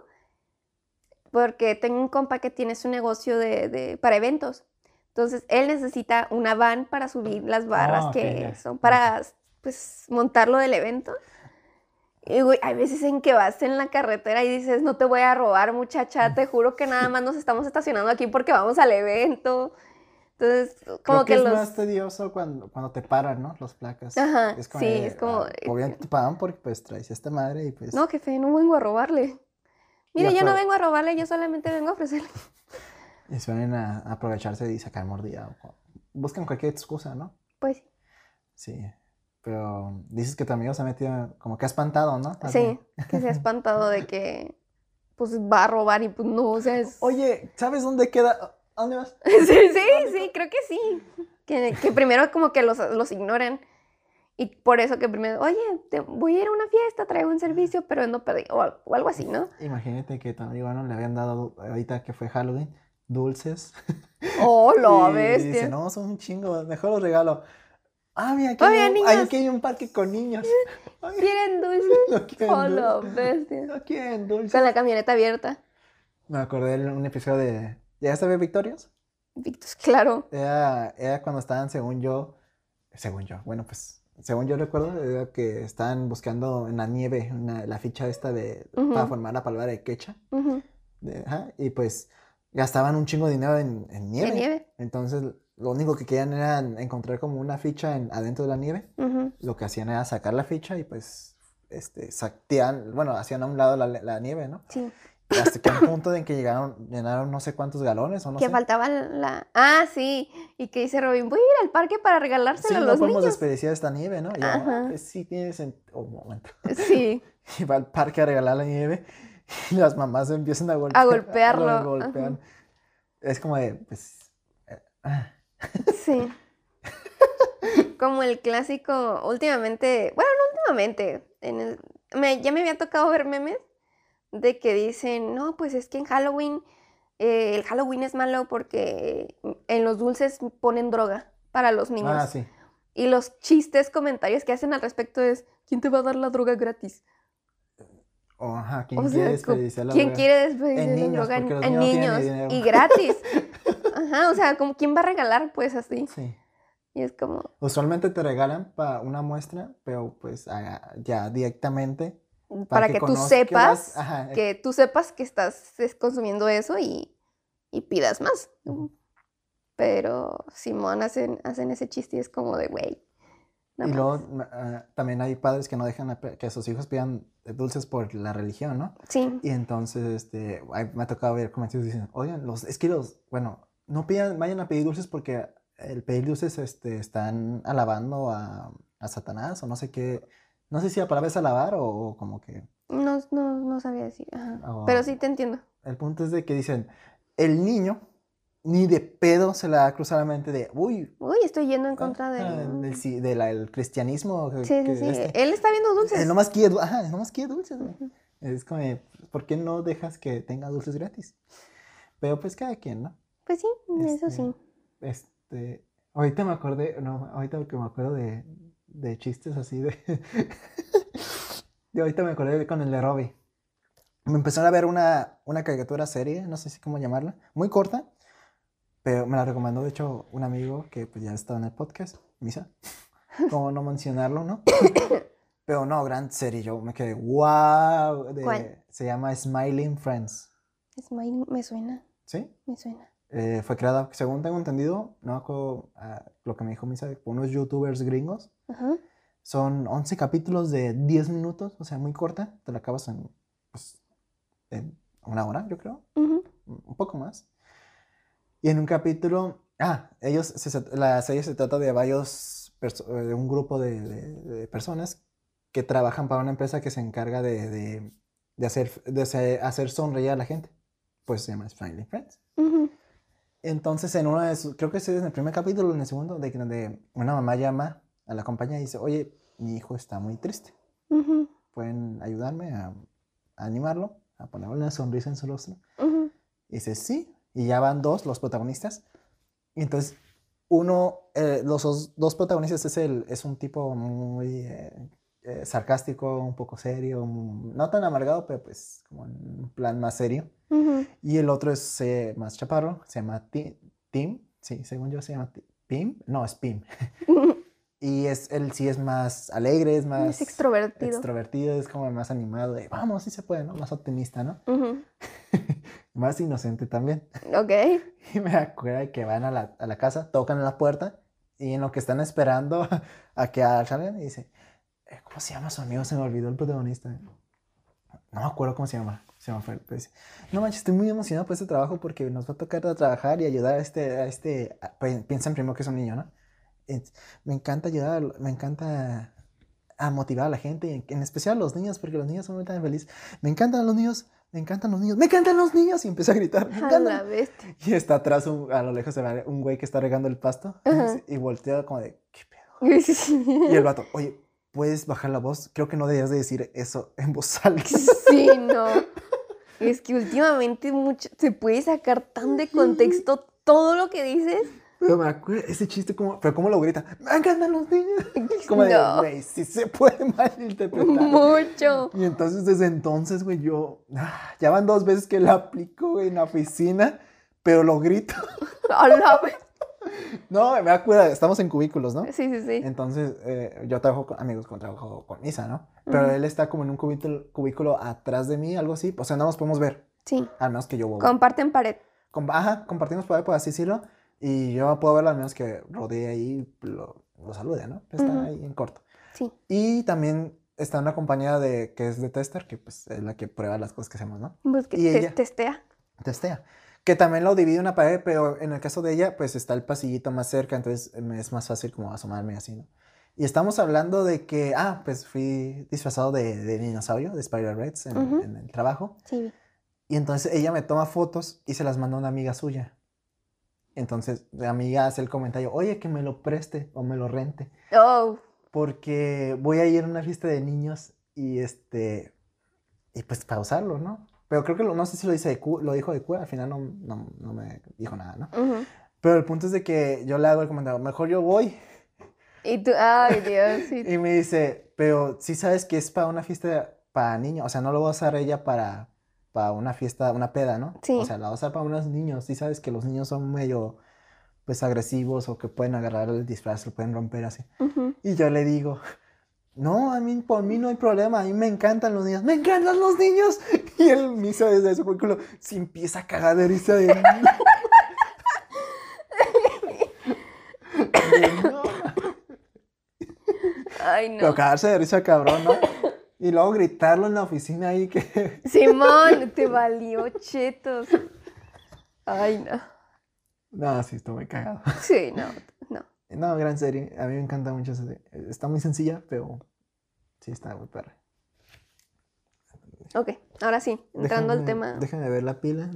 porque tengo un compa que tiene su negocio para eventos. Entonces, él necesita una van para subir las barras Ok, que ya. son para, pues, montarlo del evento. Y, güey, hay veces en que vas en la carretera y dices, no te voy a robar, muchacha, te juro que nada más nos estamos estacionando aquí porque vamos al evento. Entonces, como Creo que que es los... más tedioso cuando te paran, ¿no? Los placas. Ajá, Es como, sí, es como... obviamente te pagan porque pues traes esta madre y pues... No, jefe, no vengo a robarle. y Mire, yo no vengo a robarle, yo solamente vengo a ofrecerle. Y suelen a aprovecharse y sacar mordida. Buscan cualquier excusa, ¿no? Pues Sí. Pero dices que tu amigo se ha metido, como que ha espantado, ¿no? Más sí, bien. que se ha espantado de que pues va a robar y pues no, o sea, es... Oye, ¿sabes dónde queda? ¿A dónde vas? Sí, creo que sí. Que primero como que los ignoran. Y por eso que primero, oye, voy a ir a una fiesta, traigo un servicio, pero no pedí, o algo así, ¿no? Imagínate que tu amigo, ¿no? Le habían dado, ahorita que fue Halloween, dulces. Oh, lo Y bestia. dice, no, son un chingo, mejor los regalo. Ah, mira, Oigan, niños. aquí hay un parque con niños. Oigan, ¿Quieren dulces? no quieren Oh, lo dulces. bestia. No quieren dulces. Con la camioneta abierta. Me acordé de un episodio de... ¿Llegaste a ver Victorious? Victus, claro. Era cuando estaban, bueno, pues, según yo recuerdo, era que estaban buscando en la nieve la ficha esta para Ujú, formar la palabra de quecha. ujú. Y pues gastaban un chingo de dinero en nieve. ¿En nieve? Entonces, lo único que querían era encontrar como una ficha adentro de la nieve. Ujú. Lo que hacían era sacar la ficha y pues, hacían a un lado la nieve, ¿no? Sí. Y hasta que a un punto en que llenaron no sé cuántos galones o no Que sé. faltaba la... Ah, sí. Y que dice Robin, voy a ir al parque para regalárselo Sí, a no los podemos niños. desperdiciar esta nieve, ¿no? Y yo, Ajá. pues sí tienes un momento. Sí, Y va al parque a regalar la nieve y las mamás empiezan a a golpear. golpearlo. Lo golpean. Ajá. Es como de, pues... Sí. Como el clásico, últimamente, bueno, no últimamente, ya me había tocado ver memes de que dicen, no, pues es que en Halloween, el Halloween es malo porque en los dulces ponen droga para los niños. sí. Y los chistes, comentarios que hacen al respecto es, ¿quién te va a dar la droga gratis? Ajá, ¿quién O quiere sea, desperdiciar la ¿quién droga? quiere desperdiciar En la niños, droga porque los en niños no tienen niños? ni dinero. Y gratis. Ajá, o sea, como ¿quién va a regalar pues así? Sí. Y es como, Usualmente te regalan para una muestra, pero pues ya directamente para que tú conozcas, sepas, ajá, que tú sepas que estás consumiendo eso y pidas más. Pero Simón hacen ese chiste y es como de, güey. y luego también hay padres que no dejan que sus hijos pidan dulces por la religión, ¿no? Sí. Y entonces me ha tocado ver comentarios diciendo, oigan, bueno, no vayan a pedir dulces porque el pedir dulces están alabando a Satanás o no sé qué. No sé si la palabra es alabar o como que... No sabía decir. Ajá. o- Pero sí te entiendo. El punto es de que dicen, el niño ni de pedo se le va a cruzar la mente de, uy, Uy, estoy yendo en contra del cristianismo. Sí, sí, sí. Él está viendo dulces. Él nomás quiere, ajá, él nomás quiere dulces, güey. Ujú. Es como, ¿por qué no dejas que tenga dulces gratis? Pero pues cada quien, ¿no? Pues sí, eso Este, sí. Ahorita me acordé, no, ahorita que me acuerdo de chistes así de... de ahorita me acordé con el de Robbie. Me empezaron a ver una caricatura serie, no sé si cómo llamarla, muy corta, pero me la recomendó de hecho un amigo que pues ya estaba en el podcast, Misa, como no mencionarlo, ¿no? Pero no, gran serie, yo me quedé, wow, ¿Cuál? se llama Smiling Friends, Smile, me suena, ¿sí? me suena. Fue creada, según tengo entendido, no me acuerdo lo que me dijo Misa, por unos youtubers gringos. Ajá. Son 11 capítulos de 10 minutos, o sea, muy corta, te la acabas pues, en una hora, yo creo, Ujú. un poco más. Y en un capítulo, la serie se trata de de un grupo de personas que trabajan para una empresa que se encarga hacer sonreír a la gente. Pues se llama Smiling Friends. Ujú. Entonces, creo que ese es en el primer capítulo, en el segundo, donde una mamá llama a la compañía y dice, oye, mi hijo está muy triste. Ujú. ¿Pueden ayudarme a animarlo, a ponerle una sonrisa en su rostro? Ujú. Y dice, sí. Y ya van los protagonistas. Y entonces, dos protagonistas es un tipo muy sarcástico, un poco serio, no tan amargado, pero pues como en un plan más serio. Ujú. Y el otro es más chaparro, se llama Tim. Sí, según yo se llama Pim. No, es Pim. Y él sí es más alegre, es más Es extrovertido. extrovertido, es como más animado, de vamos, sí se puede, ¿no? Más optimista, ¿no? Ujú. Más inocente también. Ok. Y me acuerdo que van a la casa, tocan la puerta y en lo que están esperando a que salgan y dice, ¿cómo se llama su amigo? Se me olvidó el protagonista. No me acuerdo cómo se llama. Se me fue. Pues, no manches, estoy muy emocionado por este trabajo porque nos va a tocar trabajar y ayudar piensan primero que es un niño, ¿no? Es- Me encanta ayudar, me encanta a motivar a la gente, en especial a los niños, porque los niños son muy tan felices. Me encantan los niños, me encantan los niños, me encantan los niños. Y empieza a gritar, me A la encantan. bestia. Y está atrás, a lo lejos se ve un güey que está regando el pasto. Ajá. Y voltea como de, ¿qué pedo? Y el vato, oye, ¿puedes bajar la voz? Creo que no deberías de decir eso en voz alta. Sí, no. Es que últimamente se puede sacar tan de contexto todo lo que dices. Pero me acuerdo, ese chiste, pero cómo lo grita, me encantan los niños. Como de, No. güey, sí se puede malinterpretar. Mucho. Y entonces, desde entonces, güey, ya van 2 veces que lo aplico, güey, en la oficina, pero lo grito. A la vez. No, me acuerdo, estamos en cubículos, ¿no? Sí, sí, sí. Entonces, yo trabajo trabajo con Misa, ¿no? Pero él está como en un cubículo atrás de mí, algo así. O sea, no nos podemos ver. Sí. Al menos que yo voy. Comparten pared. Compartimos por así decirlo. Y yo puedo verlo al menos que rodee ahí, lo salude, ¿no? Está ahí en corto. Sí. Y también está una compañía que es de tester, que pues es la que prueba las cosas que hacemos, ¿no? Pues que Y ella testea. testea. Que también lo divide una pared, pero en el caso de ella, pues está el pasillito más cerca, entonces me es más fácil como asomarme así, ¿no? Y estamos hablando de que, pues fui disfrazado de dinosaurio, de Spider-Reds en el trabajo. Sí. Y entonces ella me toma fotos y se las manda a una amiga suya. Entonces la amiga hace el comentario, oye, que me lo preste o me lo rente. Oh. Porque voy a ir a una fiesta de niños y pues para usarlo, ¿no? Pero creo que no sé si lo dijo de Q, al final no me dijo nada, ¿no? Pero el punto es de que yo le hago el comentario, mejor yo voy. Y tú, ay Dios, sí. Y me dice, pero sí sabes que es para una fiesta para niños, o sea, no lo va a usar ella para una fiesta, una peda, ¿no? Sí. O sea, la va a usar para unos niños, sí sabes que los niños son medio, pues, agresivos o que pueden agarrar el disfraz, lo pueden romper así. Y yo le digo, no, por mí no hay problema, a mí me encantan los niños, ¡me encantan los niños! Y él me hizo desde su círculo, se empieza a cagar de risa de... no. Ay, no. Pero cagarse de risa, cabrón, ¿no? Y luego gritarlo en la oficina ahí que... Simón, te valió chetos. Ay, no. No, sí, estoy muy cagado. Sí, no. No, gran serie. A mí me encanta mucho esa serie. Está muy sencilla, pero Sí, está muy perra. Ok, ahora sí, entrando al tema. Déjame ver la pila.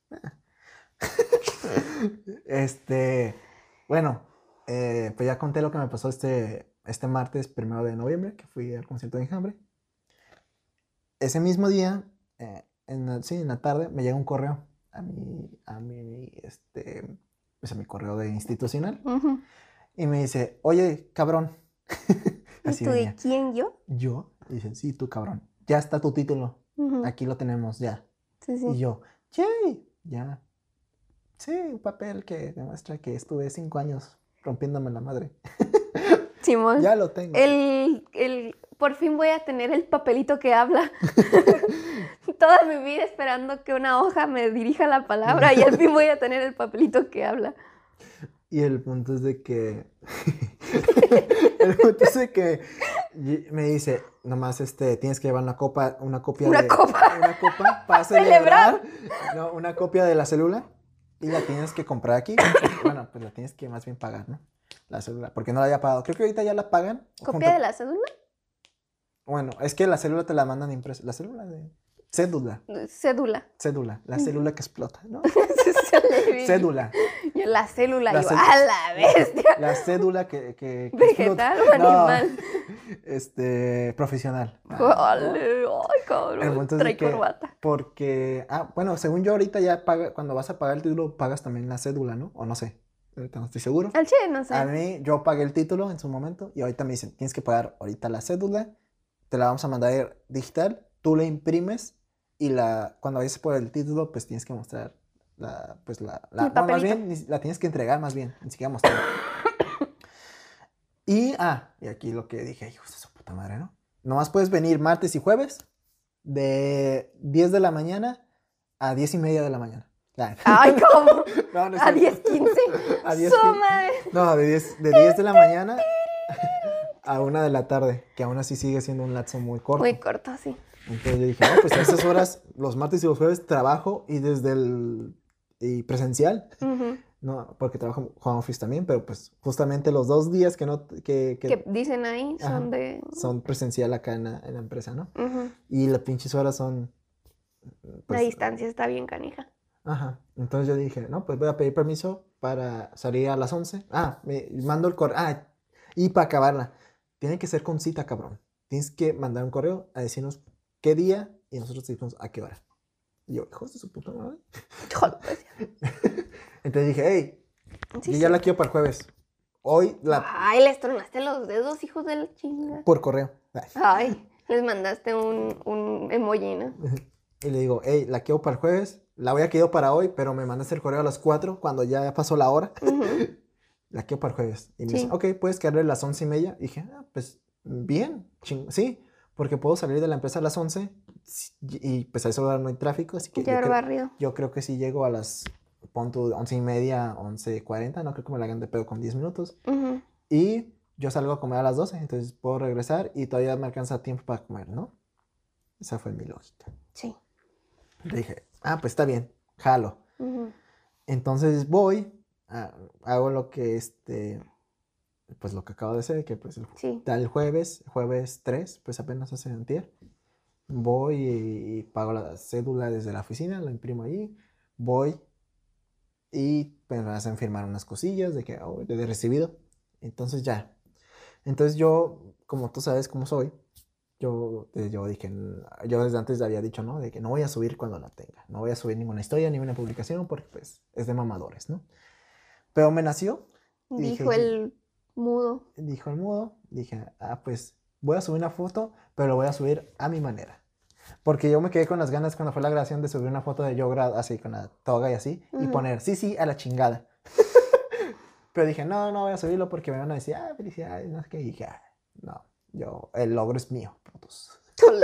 Bueno, pues ya conté lo que me pasó este martes 1 de noviembre, que fui al concierto de Enjambre. Ese mismo día, en la tarde, me llega un correo pues a mi correo de institucional. Ujú. Y me dice, oye, cabrón. ¿Y Así tú venía. de quién, yo? Yo, dice, sí, tú, cabrón. Ya está tu título. Ujú. Aquí lo tenemos, ya. Sí, Y sí. yo, yay, ya. Sí, un papel que demuestra que estuve 5 años rompiéndome la madre. Simón. Ya lo tengo. Por fin voy a tener el papelito que habla. Toda mi vida esperando que una hoja me dirija la palabra y al fin voy a tener el papelito que habla. Y el punto es de que... el punto es de que me dice, nomás tienes que llevar una copia Una copa. Una copa para celebrar. No, una copia de la célula y la tienes que comprar aquí. Bueno, pues la tienes que más bien pagar, ¿no? La célula, porque no la había pagado. Creo que ahorita ya la pagan. ¿Copia de la cédula? Bueno, es que la célula te la mandan impresa. La célula de... Cédula. Cédula. La célula que explota, ¿no? Cédula. Yo la célula, La yo, cé- ¡a la bestia! La cédula que ¿Vegetal o No, animal? Profesional. ¡Jale! ¡Ay, El cabrón! punto es Trae de que, corbata. porque, bueno, según yo ahorita ya cuando vas a pagar el título, pagas también la cédula, ¿no? O no sé, ahorita no estoy seguro. Al chile, no sé. A mí, yo pagué el título en su momento y ahorita me dicen, tienes que pagar ahorita la cédula, te la vamos a mandar digital, tú la imprimes y cuando vayas por el título, pues tienes que mostrar más bien, la tienes que entregar más bien, ni siquiera mostrar. Y aquí lo que dije, hijos de su puta madre, ¿no? Nomás puedes venir martes y jueves de 10 de la mañana a 10:30 de la mañana. Ay, ¿cómo? No, no es A cierto. 10:15. A 10:15. ¡Su madre! No, de 10 de la mañana a 1 de la tarde, que aún así sigue siendo un lapso muy corto. Muy corto, sí. Entonces yo dije, no, pues a esas horas, los martes y los jueves trabajo y y presencial. Ujú. No, porque trabajo home office también, pero pues justamente los 2 días Que dicen ahí son ajá, son presencial acá en la empresa, ¿no? Ujú. Y las pinches horas son... La distancia está bien canija. Ajá. Entonces yo dije, no, pues voy a pedir permiso para salir a las 11. Me mando el correo. Y para acabarla, tiene que ser con cita, cabrón. Tienes que mandar un correo a decirnos qué día y nosotros decimos a qué hora. Y yo, hijos de su puta madre. Entonces dije, hey, Sí, yo ya la quiero para el jueves. Hoy Ay, les tronaste los dedos, hijos de la chinga. por correo. Ay, les mandaste un emoji, ¿no? Y le digo, hey, la quiero para el jueves. La había querido para hoy, pero me mandaste el correo a las 4 cuando ya pasó la hora. Ujú. La quiero para el jueves. Y me Sí. dice, ok, puedes quedarle a las 11:30. Y dije, pues bien, sí, porque puedo salir de la empresa a las 11 y pues a esa hora no hay tráfico. Así que Ya barrido. yo creo que sí llego a las, pon tu 11:30, 11:40. No creo que me la hagan de pedo con 10 minutos. Ujú. Y yo salgo a comer a las 12, entonces puedo regresar y todavía me alcanza tiempo para comer, ¿no? Esa fue mi lógica. Sí. Le dije, pues está bien, jalo. Ujú. Entonces voy, hago lo que pues lo que acabo de hacer, que pues Sí. el jueves 3, pues apenas hace antier. Voy y pago la cédula desde la oficina, la imprimo allí, voy y pues me hacen firmar unas cosillas de que de recibido. Entonces ya. Entonces yo, como tú sabes cómo soy, yo dije, yo desde antes había dicho, ¿no? De que no voy a subir cuando la tenga. No voy a subir ninguna historia, ninguna publicación, porque pues es de mamadores, ¿no? Pero me nació. Dijo el mudo. Dijo el mudo. Dije, pues voy a subir una foto, pero lo voy a subir a mi manera. Porque yo me quedé con las ganas cuando fue la grabación de subir una foto de yo así con la toga y así. Y poner, sí, a la chingada. Pero dije, no voy a subirlo porque me van a decir, felicidades, no sé qué. Y dije, no. El logro es mío, putos.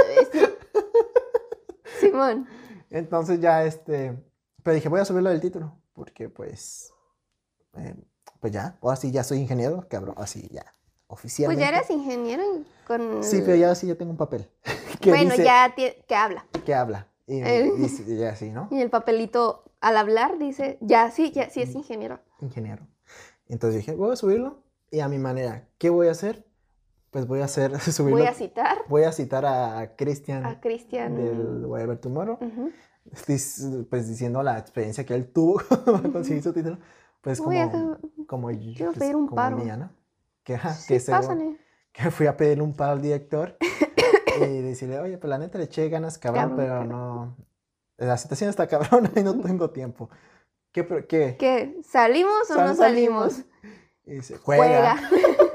Simón. Entonces ya pero dije, voy a subirlo del título, porque pues ya, ahora sí ya soy ingeniero, cabrón, así ya, oficialmente. Pues ya eras ingeniero con... Sí, pero ya sí, ya tengo un papel. Bueno, dice, ya que habla. Que habla, y ya sí, ¿no? Y el papelito al hablar dice, ya sí es ingeniero. Ingeniero. Entonces dije, voy a subirlo, y a mi manera, ¿qué voy a hacer? pues voy a hacer, Voy subirlo. a citar Voy a citar a Christian a Cristian. del Whatever Tomorrow, Ujú. pues diciendo la experiencia que él tuvo para conseguir su título, pues Voy a como, quiero pues, pedir un como paro. mía, ¿no? Que, Sí, que según, pásale. que fui a pedirle un paro al director y decirle, oye, pues la neta le eché ganas, cabrón, Cabrón, pero pero- no, la situación está cabrona y no tengo tiempo. ¿Qué? ¿Qué? ¿Salimos o no salimos? Y dice, Juega. juega.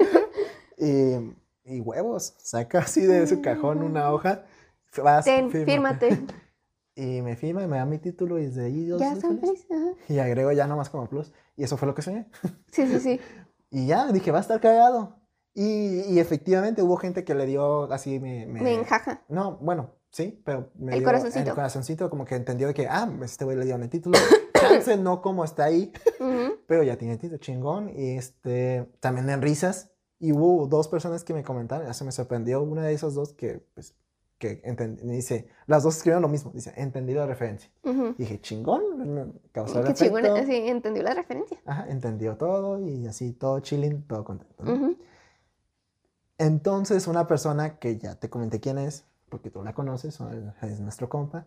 Y huevos, saca así de su cajón una hoja, vas, Ten, fírmate. fírmate. Y me firma y me da mi título y desde ahí yo Ya soy son feliz. felices. Ajá. Y agrego ya nomás como plus. Y eso fue lo que soñé. Sí, sí, sí. Y ya, dije, va a estar cagado. Y efectivamente hubo gente que le dio así, Me enjaja. No, bueno, sí, pero me El dio corazoncito. el corazoncito, como que entendió de que, este güey le dio mi título. Chance no como está ahí, Ujú. pero ya tiene título, chingón. Y también en risas. Y hubo 2 personas que me comentaron, ya se me sorprendió, una de esas 2 que, pues, dice, las 2 escribieron lo mismo, dice, entendí la referencia. Ujú. Dije, chingón, causó el Qué chingón. efecto. Sí, entendió la referencia. Ajá, entendió todo y así, todo chilling, todo contento, ¿no? Ujú. Entonces, una persona que ya te comenté quién es, porque tú la conoces, es nuestro compa,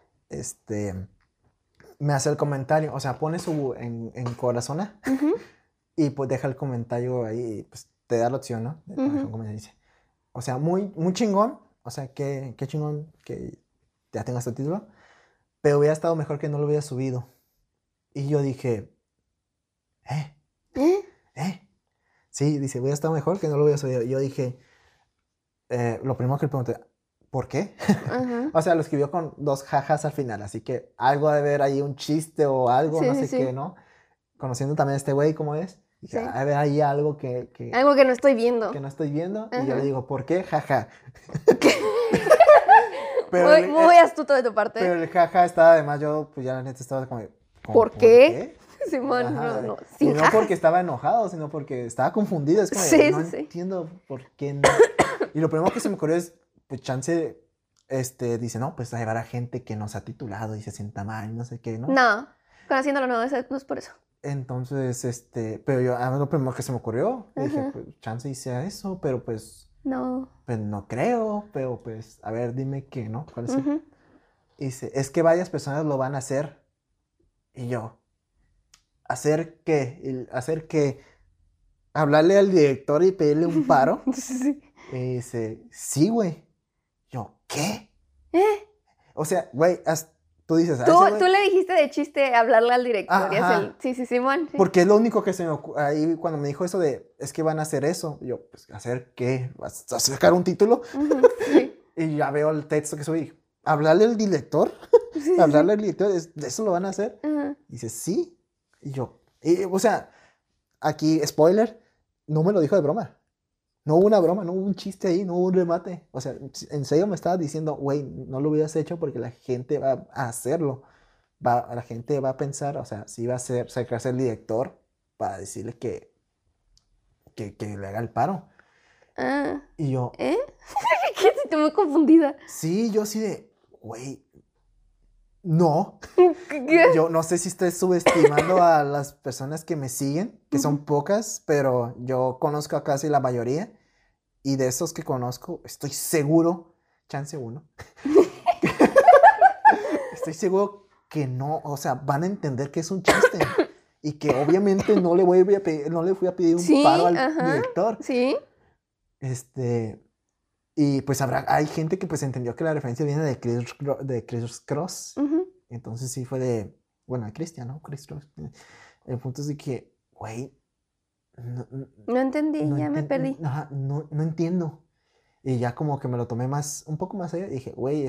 me hace el comentario, o sea, pone en corazón Ujú. y pues deja el comentario ahí, pues te da la opción, ¿no? De poner un comentario, dice, o sea, muy, muy chingón, o sea, qué chingón que ya tengas tu título, pero hubiera estado mejor que no lo hubiera subido. Y yo dije, ¿eh? Sí, dice, hubiera estado mejor que no lo hubiera subido. Y yo dije, lo primero que le pregunté, ¿por qué? Ajá. O sea, lo escribió con 2 jajas al final, así que algo ha de ver ahí un chiste o algo, Sí, no sí, sé sí. qué, ¿no? Conociendo también a este güey cómo es, dije, Sí. ha de ver ahí algo que Algo que no estoy viendo. no estoy viendo. Y yo Ajá. le digo, ¿por qué? Jaja. Pero Muy, el- muy astuto de tu parte. Pero el jaja estaba, además, yo, pues ya la neta estaba como, ¿Por qué? Simón, Ajá, no. y Sin no jajas. porque estaba enojado, sino porque estaba confundido. Es como, Sí, no sí, sí. entiendo por qué no. Y lo primero que se me ocurrió es, pues chance, dice, no, pues habrá gente que no se ha titulado y se sienta mal, no sé qué, ¿no? No, conociéndolo no es por eso. Entonces, pero yo, a mí lo primero que se me ocurrió, dije, Ajá. pues chance y sea eso, pero pues No. no creo, pero pues, a ver, dime qué, ¿no? ¿Cuál es el? Ujú. Y dice, es que varias personas lo van a hacer. Y yo, ¿hacer qué? ¿Hacer qué? Hablarle al director y pedirle un paro. Sí. Y dice, sí, güey. Yo, ¿qué? ¿Eh? O sea, güey, tú dices, Tú, ese güey, tú le dijiste de chiste hablarle al director y es Ajá. el. Sí, sí, Simón. Sí. porque es lo único que se me ocurre. Ahí cuando me dijo eso de, es que van a hacer eso. Y yo, pues, ¿hacer qué? ¿Vas a sacar un título? Ujú, sí. Y ya veo el texto que subí. ¿Hablarle al director? Sí, sí, ¿Hablarle al director? ¿Eso lo van a hacer? Ajá. Y dice, sí. Y yo, o sea, aquí, spoiler, no me lo dijo de broma. No hubo una broma, no hubo un chiste ahí, no hubo un remate. O sea, en serio me estaba diciendo, güey, no lo hubieras hecho porque la gente va a hacerlo. La gente va a pensar, o sea, si va a sacarse el director para decirle que le haga el paro. Ah, Y yo, ¿eh? ¿Qué? Estoy muy confundida. sí, yo así de, güey, no. ¿Qué? Yo no sé si estoy subestimando a las personas que me siguen, que son pocas, pero yo conozco a casi la mayoría. Y de esos que conozco, estoy seguro, chance uno, estoy seguro que no, o sea, van a entender que es un chiste. Y que obviamente no le fui a pedir un Sí, paro al ajá. director. Sí. Y pues hay gente que pues entendió que la referencia viene de Chris Cross. Ujú. Entonces sí fue de, bueno, de Christian, ¿no? Chris Cross. El punto es de que, güey, No entendí, ya me perdí. Ajá, no entiendo. Y ya como que me lo tomé un poco más allá. Y dije, güey,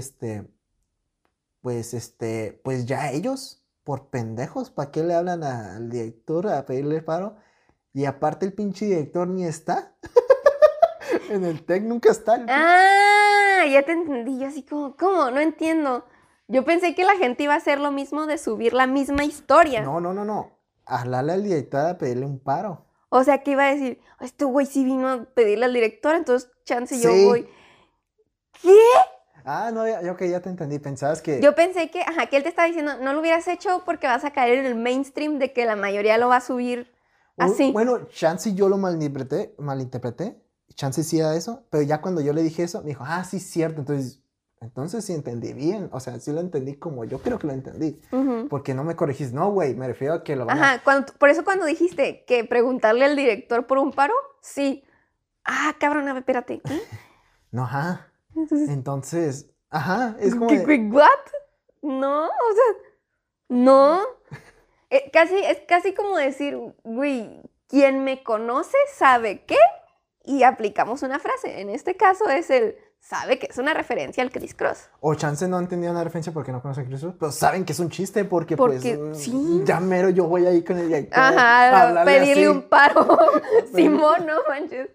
pues ya ellos, por pendejos, ¿para qué le hablan al director a pedirle el paro? Y aparte el pinche director ni está. En el TEC nunca está. Ah, ya te entendí. Yo así como, ¿cómo? No entiendo. Yo pensé que la gente iba a hacer lo mismo de subir la misma historia. No. Hablarle al director a pedirle un paro. O sea, que iba a decir, este güey sí vino a pedirle al director, entonces chance yo Sí. voy. ¿Qué? Ah, no, ya te entendí. Pensabas que... Yo pensé que, ajá, que él te estaba diciendo, no lo hubieras hecho porque vas a caer en el mainstream de que la mayoría lo va a subir así. Bueno, chance yo lo malinterpreté. chance sí era eso, pero ya cuando yo le dije eso, me dijo, ah, sí, cierto, entonces sí entendí bien, o sea, sí lo entendí como yo creo que lo entendí, porque no me corregís, no, güey, me refiero a que lo van a... Ajá, por eso cuando dijiste que preguntarle al director por un paro, sí. Ah, cabrón, a ver, espérate, ¿qué? No, ajá, Entonces, entonces, ajá, es como de... ¿what? No, o sea, no. Es casi como decir, güey, quien me conoce sabe qué y aplicamos una frase. En este caso es el sabe que es una referencia al Criss Cross. O chance no entendían la referencia porque no conocen Chris Rock, pero saben que es un chiste porque Porque pues sí. ya mero yo voy ahí con el director a Ajá, hablarle pedirle así. un paro. Simón, no manches.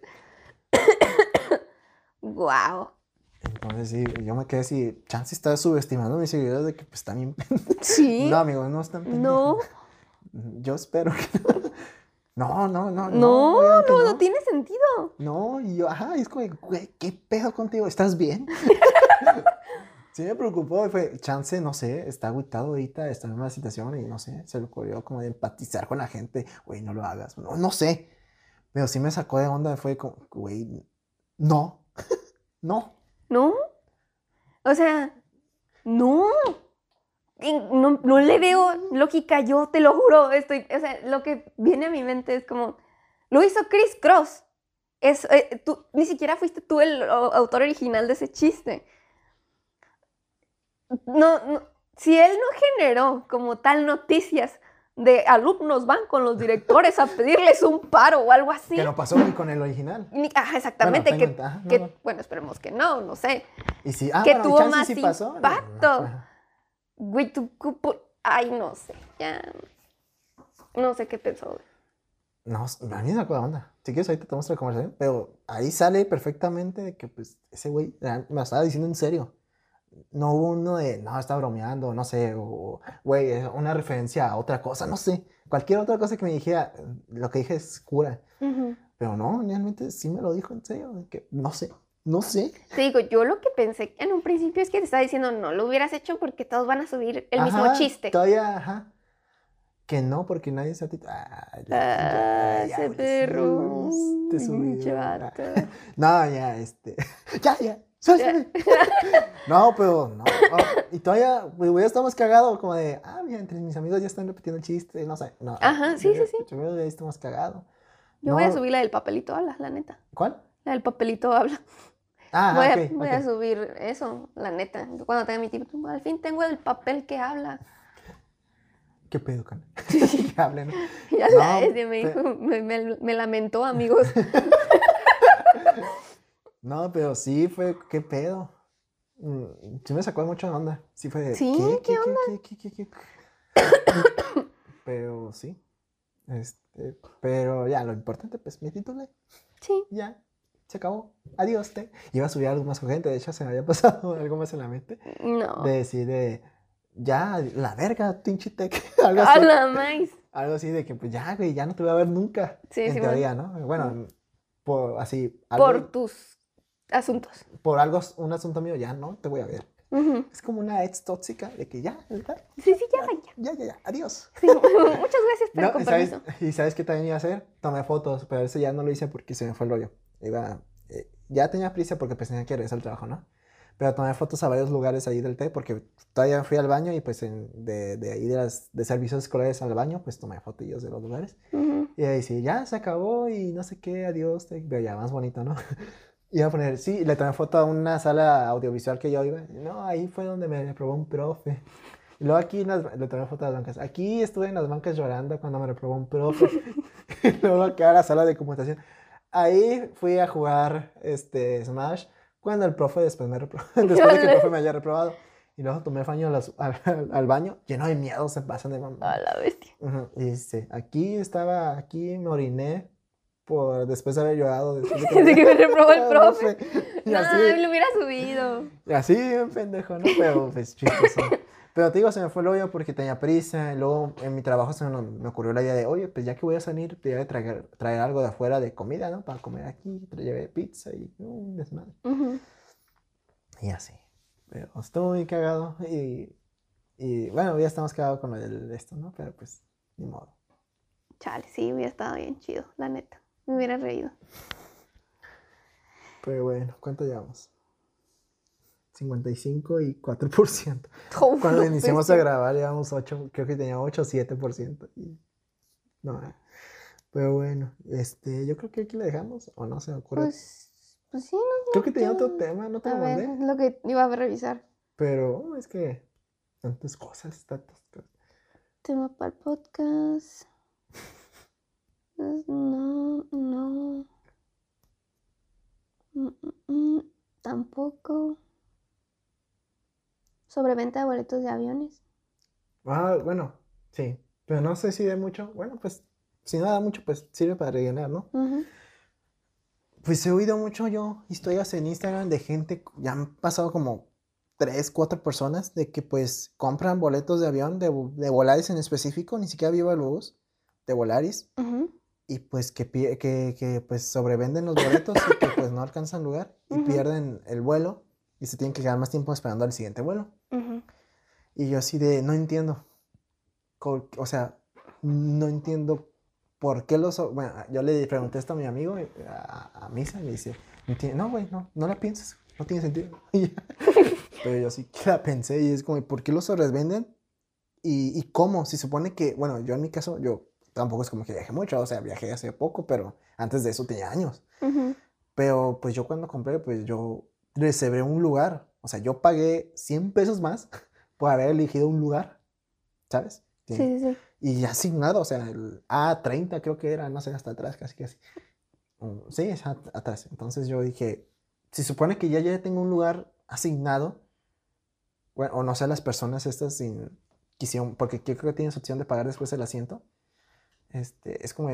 Wow. Entonces sí, yo me quedé así, chance está subestimando a mis seguidores de que pues también... Sí. No, amigos, no están No. pendejos. Yo espero que no. No, Obviamente no no. tiene sentido. No, y yo, ajá, es como, güey, ¿qué pedo contigo? ¿Estás bien? Sí me preocupó, y fue, chance, no sé, está agüitado ahorita, está en una situación y no sé, se le ocurrió como de empatizar con la gente, güey, no lo hagas, no sé, pero sí me sacó de onda, fue como, güey, no, no. ¿No? O sea, no. No, no le veo lógica, yo te lo juro. O sea, lo que viene a mi mente es como, lo hizo Criss Cross. Ni siquiera fuiste tú el autor original de ese chiste. No, si él no generó como tal noticias de alumnos van con los directores a pedirles un paro o algo así. Que no pasó ni con el original. Ajá, exactamente. Bueno, no. Bueno, esperemos que no sé. Y sí, Que bueno, tuvo chance más sí pasó. impacto. No. Güey, tu cupo. Ay, no sé, ya. No sé qué pensó. No, a mí me sacó de onda. Si quieres, ahorita te muestro la conversación. Pero ahí sale perfectamente de que, pues, ese güey me lo estaba diciendo en serio. No hubo uno de, no, está bromeando, no sé, o, güey, es una referencia a otra cosa, no sé. Cualquier otra cosa que me dijera, lo que dije es cura. Pero no, realmente sí me lo dijo en serio. De que, no sé. Te digo, yo lo que pensé en un principio es que te estaba diciendo, no lo hubieras hecho porque todos van a subir el mismo chiste. Todavía, ajá. Que no, porque nadie se ha Ese perro. Te subió. Pinche vato. No, ya, ya, suéltame. No, pero no. Y todavía, pues, ya estamos cagados, como de, mira, entre mis amigos ya están repitiendo el chiste, no sé. No, Ajá, sí. Ya estamos cagados. Yo voy a subir la del papelito habla, la neta. ¿Cuál? La del papelito habla. Ok. Voy a subir eso, la neta. Cuando tenga mi tiempo, al fin tengo el papel que habla. ¿Qué pedo, Can? Que hable, ¿no? Ya me lamentó, amigos. No, pero sí fue, ¿qué pedo? Sí me sacó mucho de onda. Sí fue de, ¿Sí? ¿Qué onda? ¿Qué? Pero sí. Pero ya, lo importante, pues, me titulé. Sí. Ya, se acabó. Adiós, Iba a subir algo más urgente, de hecho, se me había pasado algo más en la mente. No. De decir ya, la verga, pinche tech. Algo ¡A así. la maíz! Algo así de que, pues, ya, güey, ya no te voy a ver nunca. Sí, en sí, teoría, ¿no? Bueno, así. Por tus asuntos. Por algo, un asunto mío, ya no te voy a ver. Es como una ex tóxica de que ya, ¿verdad? Sí, ya vaya. Ya, adiós. Sí, muchas gracias, pero con permiso. ¿Y sabes qué también iba a hacer? Tomé fotos, pero eso ya no lo hice porque se me fue el rollo. Ya tenía prisa porque pues tenía que regresar al trabajo, ¿no? Pero tomé fotos a varios lugares ahí del TEC porque todavía fui al baño y pues de ahí de servicios escolares al baño, pues tomé fotillos de los lugares. Y ahí sí, ya se acabó y no sé qué, adiós, pero ya más bonito, ¿no? Iba a poner, sí, le tomé foto a una sala audiovisual que yo iba. No, ahí fue donde me reprobó un profe. Y luego aquí le tomé foto a las bancas. Aquí estuve en las bancas llorando cuando me reprobó un profe. Y luego acá a la sala de computación. Ahí fui a jugar Smash cuando el profe después me reprobó. Después de que el profe me haya reprobado. Y luego tomé el baño al baño, lleno de miedo, se pasan de mamá. A la bestia. Y dice, aquí me oriné después de haber llorado. Después de que me reprobó el profe. Y No, así, lo hubiera subido. y así, un pendejo, ¿no? Pero pues chistoso. Pero te digo, se me fue el hoyo porque tenía prisa. Y luego en mi trabajo me ocurrió la idea de, oye, pues ya que voy a salir, te voy a traer algo de afuera de comida, ¿no? Para comer aquí. Te llevé pizza y un desmadre. Y así. Pero estuvo muy cagado. Y bueno, ya estamos cagados con esto, ¿no? Pero pues, ni modo. Chale, sí, hubiera estado bien chido, la neta. Me hubiera reído. Pero bueno, ¿cuánto llevamos? 55 y 4%. Oh, Cuando no, iniciamos bestia. a grabar llevamos 8, creo que tenía 8 o 7%. No, pero bueno, yo creo que aquí le dejamos, o no se me ocurre. Pues sí, no Creo que tenía otro sé. tema, no te A lo ver, mandé, es lo que iba a revisar. pero es que tantas cosas, tantas cosas. Tema para el podcast. Pues no. Tampoco. Sobreventa de boletos de aviones. Ah, bueno, sí, pero no sé si de mucho. Bueno, pues si no da mucho, pues sirve para rellenar, ¿no? Ujú. Pues he oído mucho yo historias en Instagram de gente, ya han pasado como 3, 4 personas de que pues compran boletos de avión, de Volaris en específico, ni siquiera Viva Aerobús, de Volaris, Ujú, y pues que pues sobrevenden los boletos y que pues no alcanzan lugar y ujú, pierden el vuelo y se tienen que quedar más tiempo esperando al siguiente vuelo. ujú. Y yo así de, no entiendo, o sea, no entiendo por qué bueno, yo le pregunté esto a mi amigo, a Misa, y me dice, no, güey, no la pienses, no tiene sentido. Y ya. Pero yo sí que la pensé y es como, ¿por qué los sobrevenden? ¿Y cómo? Si supone que, bueno, yo en mi caso, yo tampoco es como que viajé mucho, o sea, viajé hace poco, pero antes de eso tenía años. Ujú. Pero pues yo cuando compré, pues yo reservé un lugar, o sea, yo pagué 100 pesos más por haber elegido un lugar, ¿sabes? Sí, sí, sí. Y ya asignado, o sea, el A30 creo que era, no sé, hasta atrás, casi casi. Sí, es atrás. Entonces yo dije, si supone que ya tengo un lugar asignado, bueno, o no sé, las personas estas quisieron, porque yo creo que tienes opción de pagar después el asiento. Es como,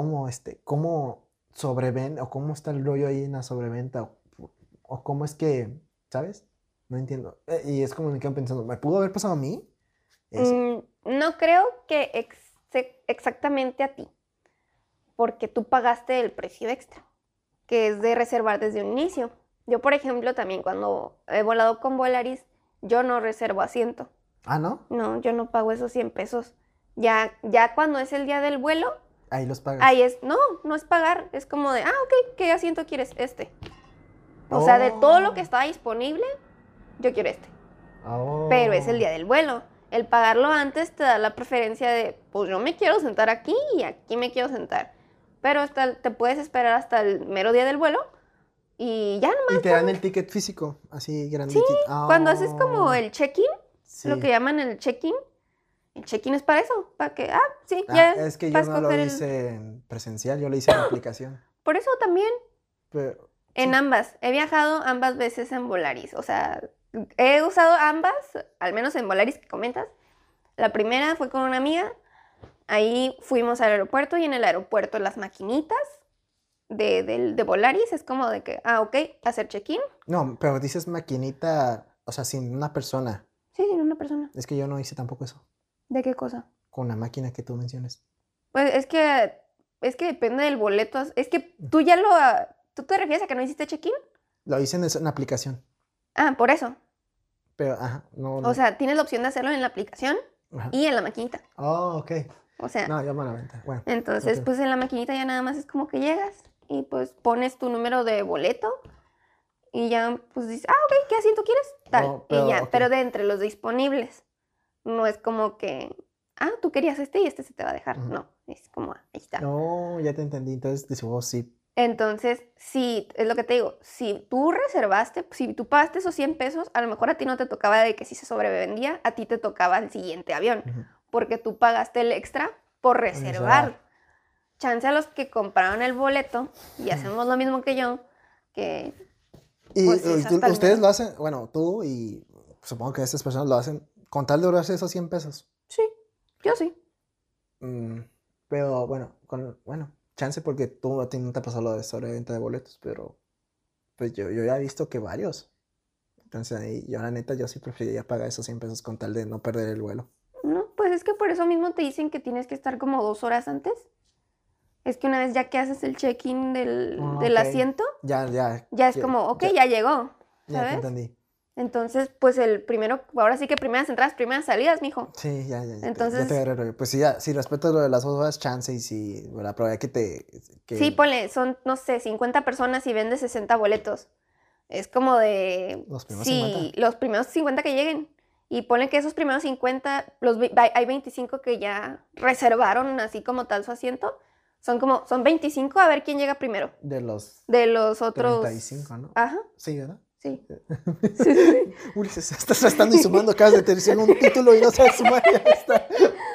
cómo sobreven, o cómo está el rollo ahí en la sobreventa, o cómo es que, ¿sabes? No entiendo. Y es como me quedo pensando, ¿me pudo haber pasado a mí eso? No creo que exactamente a ti, porque tú pagaste el precio extra, que es de reservar desde un inicio. Yo, por ejemplo, también cuando he volado con Volaris, yo no reservo asiento. Ah, ¿no? No, yo no pago esos 100 pesos. Ya cuando es el día del vuelo, Ahí los pagas. ahí no es pagar, es como de, ok, ¿qué asiento quieres? Este. O sea, de todo lo que Oh, está disponible, yo quiero este. Pero es el oh. día del vuelo. El pagarlo antes te da la preferencia de, pues yo me quiero sentar aquí y aquí me quiero sentar. Pero te puedes esperar hasta el mero día del vuelo y ya Y nomás te dan el ticket físico, así granditito. cuando haces como Oh, el check-in, lo que sí. llaman el check-in es para eso, para que, sí, Ah, ya, es que para yo no lo escoger hice en presencial, yo lo hice en aplicación. Por eso también, Pero, en sí. ambas, he viajado ambas veces en Volaris, o sea, he usado ambas, al menos en Volaris que comentas. La primera fue con una amiga. Ahí fuimos al aeropuerto y en el aeropuerto las maquinitas de Volaris es como de que, ok, hacer check-in. No, pero dices maquinita, o sea, sin una persona. Sí, sin una persona. Es que yo no hice tampoco eso, ¿De qué cosa? con la máquina que tú mencionas. Pues es que depende del boleto. Es que ¿tú te refieres a que no hiciste check-in? Lo hice en aplicación, Por eso. pero, ajá, no, O no. sea, tienes la opción de hacerlo en la aplicación Ajá. y en la maquinita. Oh, ok. O sea, No, yo me la venta. Bueno, entonces, ok. pues en la maquinita ya nada más es como que llegas y pues pones tu número de boleto y ya pues dices, ok, ¿qué asiento quieres? Tal. Oh, Y pero, ya, ok. pero de entre los disponibles. No es como que, tú querías este y este se te va a dejar. Ujú. No, es como, ahí está. No, ya te entendí. Entonces, dice, oh, sí. Entonces, sí, es lo que te digo, si tú reservaste, si tú pagaste esos 100 pesos, a lo mejor a ti no te tocaba de que si se sobrevendía, a ti te tocaba el siguiente avión, Ujú. porque tú pagaste el extra por reservar. Reservar. Chance a los que compraron el boleto y hacemos lo mismo que yo, que Y pues es hasta el ustedes mero. lo hacen, bueno, tú y supongo que estas personas lo hacen con tal de ahorrarse esos 100 pesos. Sí, yo sí. Mm, pero bueno, bueno, chance porque tú a ti no te ha pasado lo de sobreventa de boletos, pero pues yo ya he visto que varios. Entonces ahí, yo la neta, yo sí preferiría pagar esos 100 pesos con tal de no perder el vuelo. No, pues es que por eso mismo te dicen que tienes que estar como 2 horas antes. Es que una vez ya que haces el check-in del Ok, asiento, ya, ya es como, ok, ya, ya llegó, ya te ¿sabes? entendí. Entonces, pues el primero, ahora sí que primeras entradas, primeras salidas, mijo. Sí, ya Entonces, te agarré el rollo. Pues sí, ya, si respetas lo de las 2 horas, chance y si la probabilidad sí, ponle, son, no sé, 50 personas y vendes 60 boletos. Es como de, Los primeros sí, 50. los primeros 50 que lleguen. Y ponle que esos primeros 50, hay 25 que ya reservaron así como tal su asiento. Son 25 a ver quién llega primero. De los De los otros. 35, ¿no? Ajá, Sí, ¿verdad? sí. Sí, sí, sí. Ulises, estás restando y sumando, acabas de terciar un título y no sabes sumar, ya está.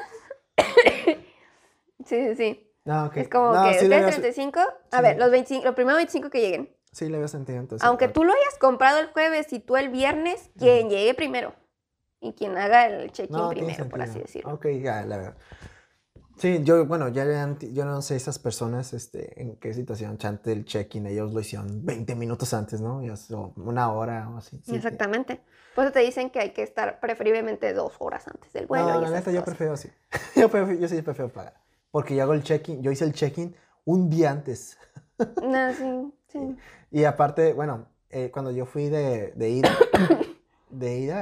Sí, sí, sí. No, ok. Es como No, que sí le ustedes veo, 35, a sí, ver, los 25, los primeros 25 que lleguen. sí le veo sentido entonces. Aunque tú lo hayas comprado el jueves y tú el viernes, quien llegue primero. Y quien haga el check-in No, tiene primero, por así sentido. decirlo. Ok, ya, la veo. Sí, yo, bueno, yo no sé esas personas, en qué situación, chante el check-in, ellos lo hicieron 20 minutos antes, ¿no? O 1 hora o así. Sí, Exactamente. Por eso te dicen que hay que estar preferiblemente 2 horas antes del vuelo no, y la esas neta, yo cosas. prefiero así. Yo sí prefiero pagar. Porque yo hago el check-in, yo hice el check-in un día antes. No, sí, sí. Y aparte, bueno, cuando yo fui de ida,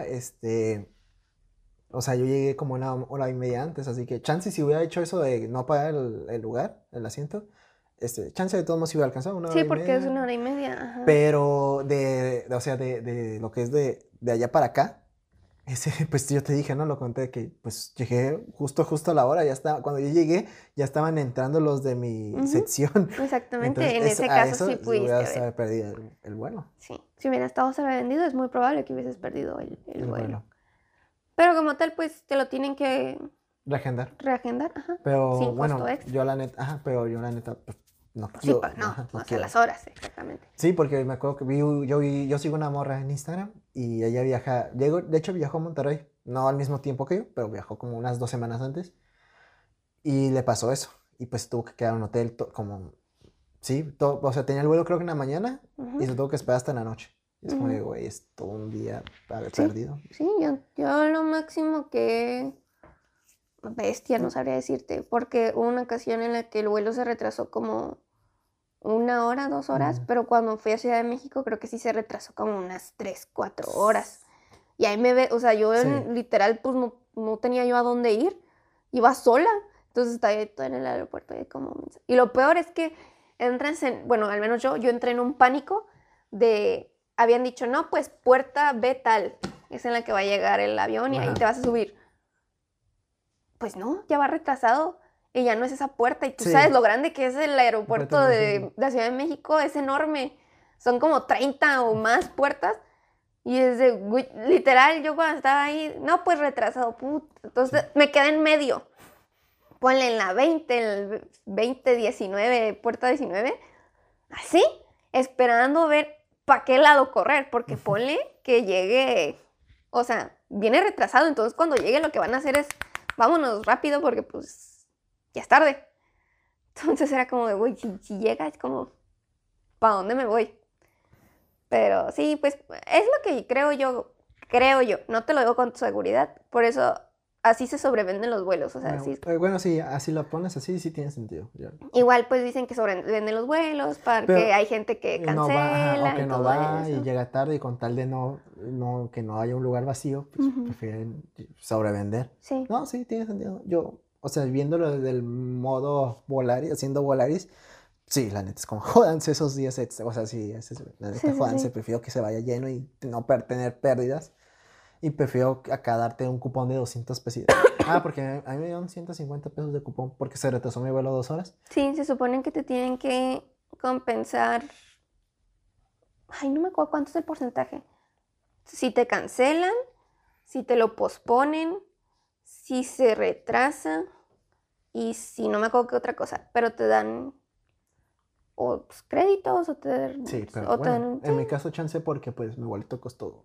o sea, yo llegué como 1 hora y media antes, así que chance si hubiera hecho eso de no pagar el lugar, el asiento, chance de todos modos si hubiera alcanzado una Sí, hora y porque es media, 1 hora y media. Ajá. pero o sea, de lo que es de allá para acá, pues yo te dije, ¿no? Lo conté que pues llegué justo a la hora, ya estaba, cuando yo llegué, ya estaban entrando los de mi Ujú, sección, entonces exactamente. En ese a caso eso sí hubiera pudiste haber. perdido el vuelo, Sí. Si hubiera estado sobrevendido, es muy probable que hubieses perdido el el vuelo. vuelo, Pero como tal, pues te lo tienen que reagendar. reagendar, ajá. Pero Sin costo bueno, extra. pero yo la neta, pues, no, Pues sí, pues no. ajá, O no sea, quiero. las horas, exactamente. Sí, porque me acuerdo que yo sigo una morra en Instagram y ella de hecho viajó a Monterrey, no al mismo tiempo que yo, pero viajó como unas 2 semanas antes y le pasó eso. Y pues tuvo que quedar en un hotel como, sí, o sea, tenía el vuelo creo que en la mañana y Ujú, se tuvo que esperar hasta en la noche. Y es como de, ujú. güey, es todo un día haber Sí, perdido. sí, yo lo máximo que bestia, no sabría decirte, porque hubo una ocasión en la que el vuelo se retrasó como 1 hora, 2 horas, Mm, pero cuando fui a Ciudad de México creo que sí se retrasó como unas 3, 4 horas. Y ahí me ve, o sea, yo sí, literal pues no tenía yo a dónde ir, iba sola, entonces estaba ahí todo en el aeropuerto y como... Y lo peor es que entras en, bueno, al menos yo entré en un pánico habían dicho, no, pues puerta B tal, es en la que va a llegar el avión y ahí ajá, te vas a subir. Pues no, ya va retrasado y ya no es esa puerta. Y tú sabes sí, lo grande que es el aeropuerto completamente, sí. de la Ciudad de México, es enorme. Son como 30 o más puertas. Y es de, literal, yo cuando estaba ahí, no, pues retrasado, puta. Sí. Entonces me quedé en medio. Ponle en la 20, el 20, 19, puerta 19, así, esperando ver para qué lado correr, porque ponle que llegue, o sea, viene retrasado, entonces cuando llegue lo que van a hacer es, vámonos rápido porque pues ya es tarde. Entonces era como de, güey, si llega es como, ¿para dónde me voy? Pero sí, pues es lo que creo yo, no te lo digo con seguridad, por eso así se sobrevenden los vuelos, o sea, Bueno, sí, bueno, sí, así lo pones así, sí tiene sentido. igual pues dicen que sobrevenden los vuelos, porque Pero hay gente que no va, ajá, o cancela y que no todo va y eso. llega tarde y con tal de que no haya un lugar vacío, pues Ujú, prefieren sobrevender. sí. No, sí, tiene sentido. Yo, o sea, viéndolo desde el modo Volaris, haciendo Volaris, sí, la neta es como jódanse esos días extra. O sea, sí, la neta Sí, sí, jódanse, sí. prefiero que se vaya lleno y no tener pérdidas. Y prefiero acá darte un cupón de 200 pesos. Ah, porque a mí me dieron 150 pesos de cupón porque se retrasó mi vuelo 2 horas. Sí, se supone que te tienen que compensar. Ay, no me acuerdo cuánto es el porcentaje. Si te cancelan, si te lo posponen, si se retrasa y si no me acuerdo qué otra cosa, pero te dan o pues, créditos Sí, pero o te bueno, dan, sí. en mi caso chance porque pues mi boleto costó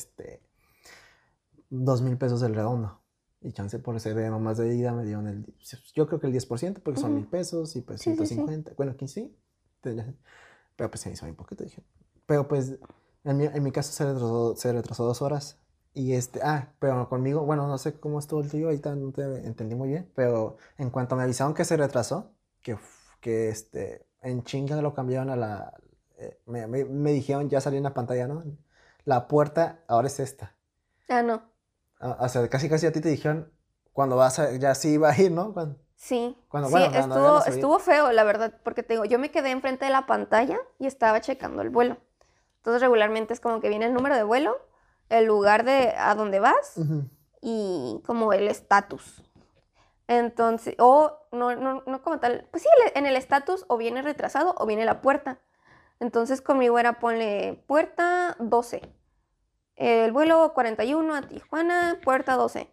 2,000 pesos el redondo. Y chance por ser de nomás de ida me dieron yo creo que el 10% porque son Ujú, 1,000 pesos y pues sí, sí, sí. 150. Bueno, aquí sí. Pero pues se me hizo muy poquito, dije. Pero pues en mi caso se retrasó 2 horas. Y pero conmigo, bueno, no sé cómo estuvo el tuyo, ahorita no te entendí muy bien, pero en cuanto me avisaron que se retrasó, que en chinga lo cambiaron a me dijeron, ya salió en la pantalla, ¿no? la puerta ahora es esta. Ah, no. O sea, casi a ti te dijeron cuando vas a, ya sí iba a ir, ¿no? Sí, Cuando, sí, bueno, cuando ya lo sabía. estuvo feo, la verdad, porque te digo, yo me quedé enfrente de la pantalla y estaba checando el vuelo. Entonces, regularmente es como que viene el número de vuelo, el lugar de a dónde vas y como el estatus. Entonces, o no como tal, pues sí, en el estatus o viene retrasado o viene la puerta. Entonces, conmigo era ponle puerta 12. El vuelo 41 a Tijuana, puerta 12.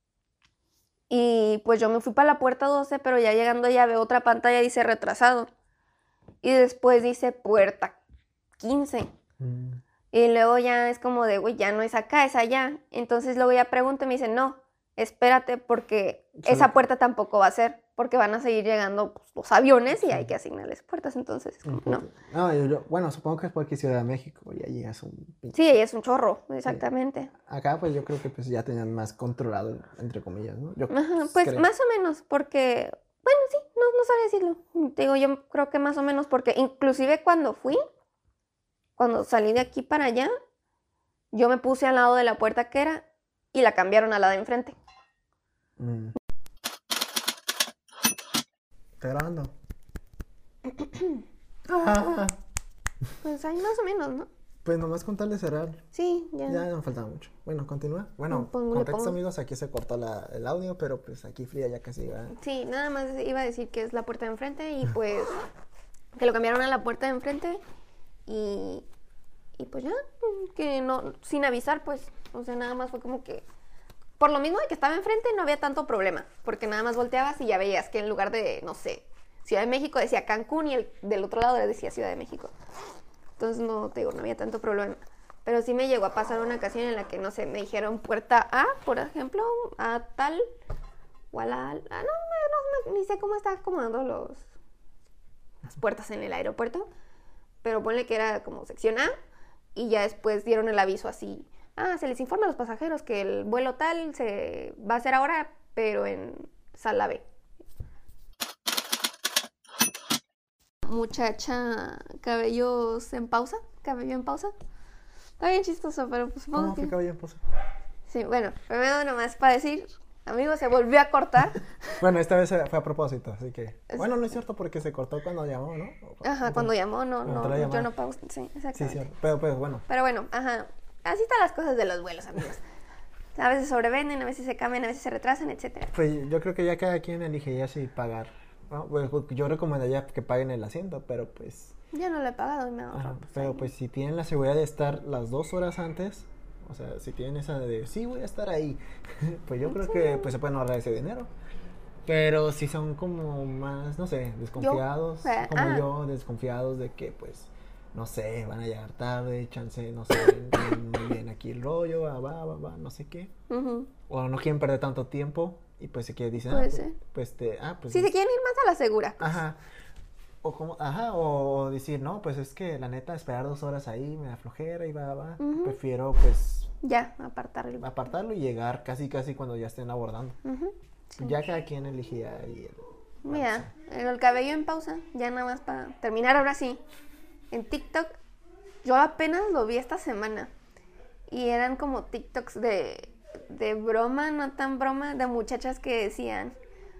Y pues yo me fui para la puerta 12, pero ya llegando ya veo otra pantalla, dice retrasado. Y después dice puerta 15. Y luego ya es como de, güey, ya no es acá, es allá. Entonces luego ya pregunto y me dicen, no, espérate porque esa puerta tampoco va a ser, porque van a seguir llegando pues, los aviones y hay que asignarles puertas. Entonces, no. No, bueno, supongo que es porque Ciudad de México y allí es un... Sí, ahí es un chorro, exactamente. Sí. Acá pues yo creo que pues ya tenían más controlado, entre comillas, ¿no? Yo, pues creo. más o menos, porque, bueno, sí, no sabría decirlo. Te digo, yo creo que más o menos porque inclusive cuando salí de aquí para allá, yo me puse al lado de la puerta que era y la cambiaron a la de enfrente. ¿Está grabando? Pues ahí más o menos, ¿no? Pues nomás con tal de cerrar. Sí, ya. Ya no faltaba mucho. Bueno, continúa. Bueno, contexto amigos, aquí se cortó el audio, pero pues aquí Frida ya casi iba. Sí, nada más iba a decir que es la puerta de enfrente y pues que lo cambiaron a la puerta de enfrente y pues ya, que no, sin avisar pues, o sea, nada más fue como que, por lo mismo de que estaba enfrente no había tanto problema, porque nada más volteabas y ya veías que en lugar de, no sé, Ciudad de México decía Cancún y el del otro lado decía Ciudad de México. Entonces, no te digo, no había tanto problema. Pero sí me llegó a pasar una ocasión en la que, no sé, me dijeron puerta A, por ejemplo, a tal, o a la... no, ni sé cómo está acomodando las puertas en el aeropuerto, pero ponle que era como sección A, y ya después dieron el aviso así, se les informa a los pasajeros que el vuelo tal se va a hacer ahora, pero en sala B. Muchacha, cabello en pausa. Está bien chistoso, pero pues supongo ¿Cómo fue cabello en pausa? Sí, bueno, primero nomás para decir, amigo, se volvió a cortar. Bueno, esta vez fue a propósito, así que... Bueno, no es cierto porque se cortó cuando llamó, ¿no? Ajá, cuando llamó, yo no pausé, sí, exactamente. Sí, pero pues bueno. Pero bueno, ajá, así están las cosas de los vuelos, amigos. A veces sobrevenden, a veces se cambian, a veces se retrasan, etcétera. Pues yo creo que ya cada quien elige ya si pagar. ¿No? Pues, yo recomendaría que paguen el asiento, pero pues... Ya no lo he pagado y me ahorro. Pero pues si tienen la seguridad de estar las 2 horas antes, o sea, si tienen esa de sí voy a estar ahí, pues yo creo que pues se pueden ahorrar ese dinero. Pero si son como más, no sé, desconfiados, yo, desconfiados de que pues, no sé, van a llegar tarde, chance, no sé, muy bien aquí el rollo, va, no sé qué. O no quieren perder tanto tiempo. Y pues si quieren dicen, pues si se quieren ir más a la segura. Pues. O decir, no, pues es que la neta esperar 2 horas ahí me da flojera y va. Prefiero pues ya apartarlo y llegar casi cuando ya estén abordando. Sí. Ya cada quien elegía ahí mira, el cabello en pausa, ya nada más para terminar ahora sí. En TikTok, yo apenas lo vi esta semana y eran como TikToks de broma, no tan broma, de muchachas que decían,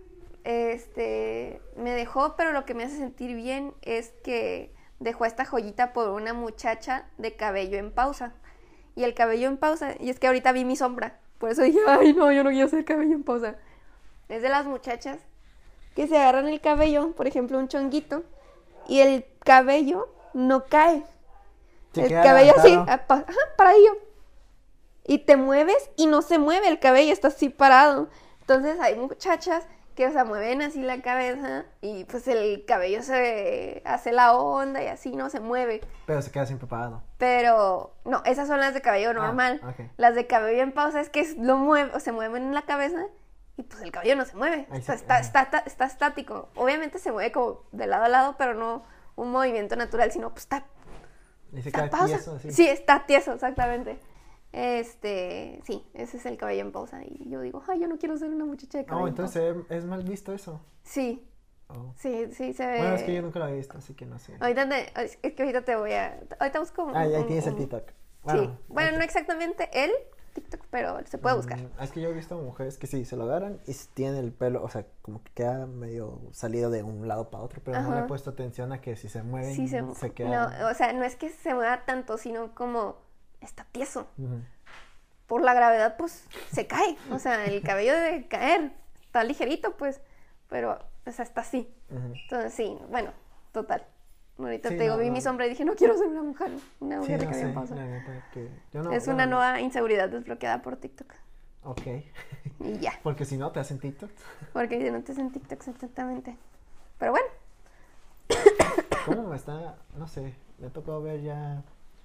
me dejó, pero lo que me hace sentir bien es que dejó esta joyita por una muchacha de cabello en pausa. Y el cabello en pausa, y es que ahorita vi mi sombra, por eso dije, ay no, yo no quiero hacer cabello en pausa. Es de las muchachas que se agarran el cabello, por ejemplo un chonguito, y el cabello no cae. El cabello así, paradillo. Y te mueves y no se mueve el cabello, está así parado. Entonces hay muchachas que, o sea, mueven así la cabeza y pues el cabello se hace la onda y así no se mueve. Pero se queda siempre parado. Pero, no, esas son las de cabello normal. Okay. Las de cabello en pausa es que se mueven en la cabeza y pues el cabello no se mueve. Está estático. Obviamente se mueve como de lado a lado, pero no un movimiento natural, sino pues está... Y se queda tieso así. Sí, está tieso, exactamente. Sí, ese es el cabello en pausa. Y yo digo, yo no quiero ser una muchacha de cabello en pausa. Entonces es mal visto eso. Sí. Sí, se ve. Bueno, es que yo nunca lo he visto, así que no sé. Es que ahorita te voy a... Ahorita busco ahí tienes el TikTok. Bueno, no exactamente el TikTok, pero se puede buscar. Es que yo he visto mujeres que sí, se lo agarran y tienen el pelo, o sea, como que queda medio salido de un lado para otro, pero no le he puesto atención a que si se mueven, Sí, se queda... No, o sea, no es que se mueva tanto, sino como está tieso. Por la gravedad, pues, se cae. O sea, el cabello debe caer. Está ligerito, pues, pero, o sea, está así. Entonces, sí, bueno, total. Ahorita te digo, vi mi sombra y dije, no quiero ser una mujer de cabello en pausa. Es una nueva inseguridad desbloqueada por TikTok. Ok. Y ya. Porque si no, te hacen TikTok. Porque si no te hacen TikTok, exactamente. Pero bueno. ¿Cómo me está? No sé, me ha tocado ver ya...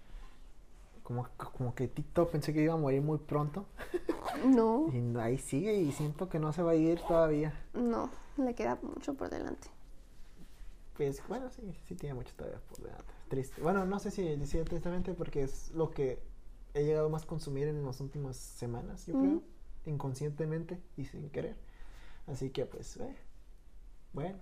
Como que TikTok pensé que iba a morir muy pronto. No. Y ahí sigue y siento que no se va a ir todavía. No, le queda mucho por delante. Pues bueno, sí tiene mucho todavía por delante. Triste. Bueno, no sé si decía tristemente porque es lo que he llegado más a consumir en las últimas semanas, yo creo. Inconscientemente y sin querer. Así que pues, bueno.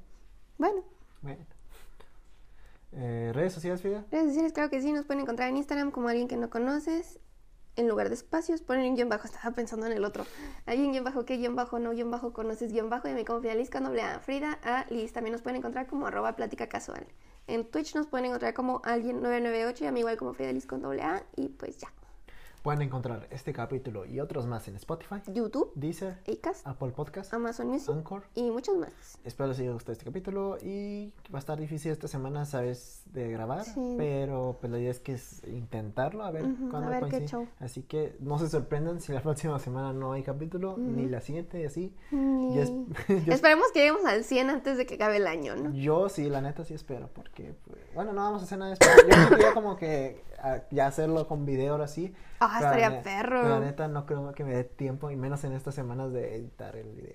¿Redes sociales, Frida? Redes sociales, claro que sí, nos pueden encontrar en Instagram como alguien que no conoces. En lugar de espacios, ponen un guión bajo. Estaba pensando en el otro. Hay un guión bajo, ¿qué guión bajo? No, guión bajo, conoces guión bajo. Y a mí como Frida Liz con doble A. Frida A. Liz. También nos pueden encontrar como @plática casual. En Twitch nos pueden encontrar como alguien 998 y a mí igual como Frida Liz con doble A. Y pues ya. Pueden encontrar este capítulo y otros más en Spotify, YouTube, Deezer, Acast, Apple Podcast, Amazon Music, Anchor y muchos más. Espero les haya gustado este capítulo y va a estar difícil esta semana, sabes, de grabar, Sí. pero pues la idea es que es intentarlo, a ver cuándo a ver coincide. qué show. Así que no se sorprendan si la próxima semana no hay capítulo, ni la siguiente y así. Esperemos que lleguemos al 100 antes de que acabe el año, ¿no? Yo sí, la neta sí espero, porque pues, bueno, no vamos a hacer nada después. Yo quería como que ya hacerlo con video ahora sí. Estaría perro. Pero la neta no creo que me dé tiempo, y menos en estas semanas de editar el video.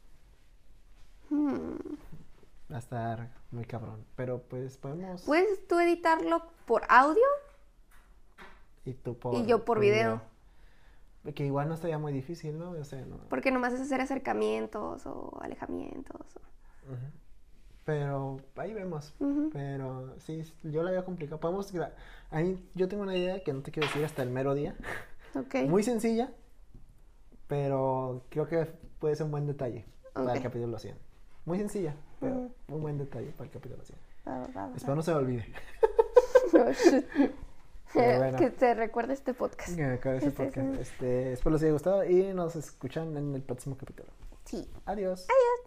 Va a estar muy cabrón, pero pues podemos... ¿Puedes tú editarlo por audio? Y tú por... Y yo por video. Que igual no estaría muy difícil, ¿no? O sea, no... Porque nomás es hacer acercamientos o alejamientos. Pero ahí vemos. Pero sí, yo la había complicado. Podemos ahí yo tengo una idea que no te quiero decir hasta el mero día. Okay. Muy sencilla, pero creo que puede ser un buen detalle para el capítulo 100. Muy sencilla, pero un buen detalle para el capítulo 100. Espero no se me olvide. Bueno. Que te recuerde este podcast. Espero les haya gustado y nos escuchan en el próximo capítulo. Sí. Adiós. Adiós.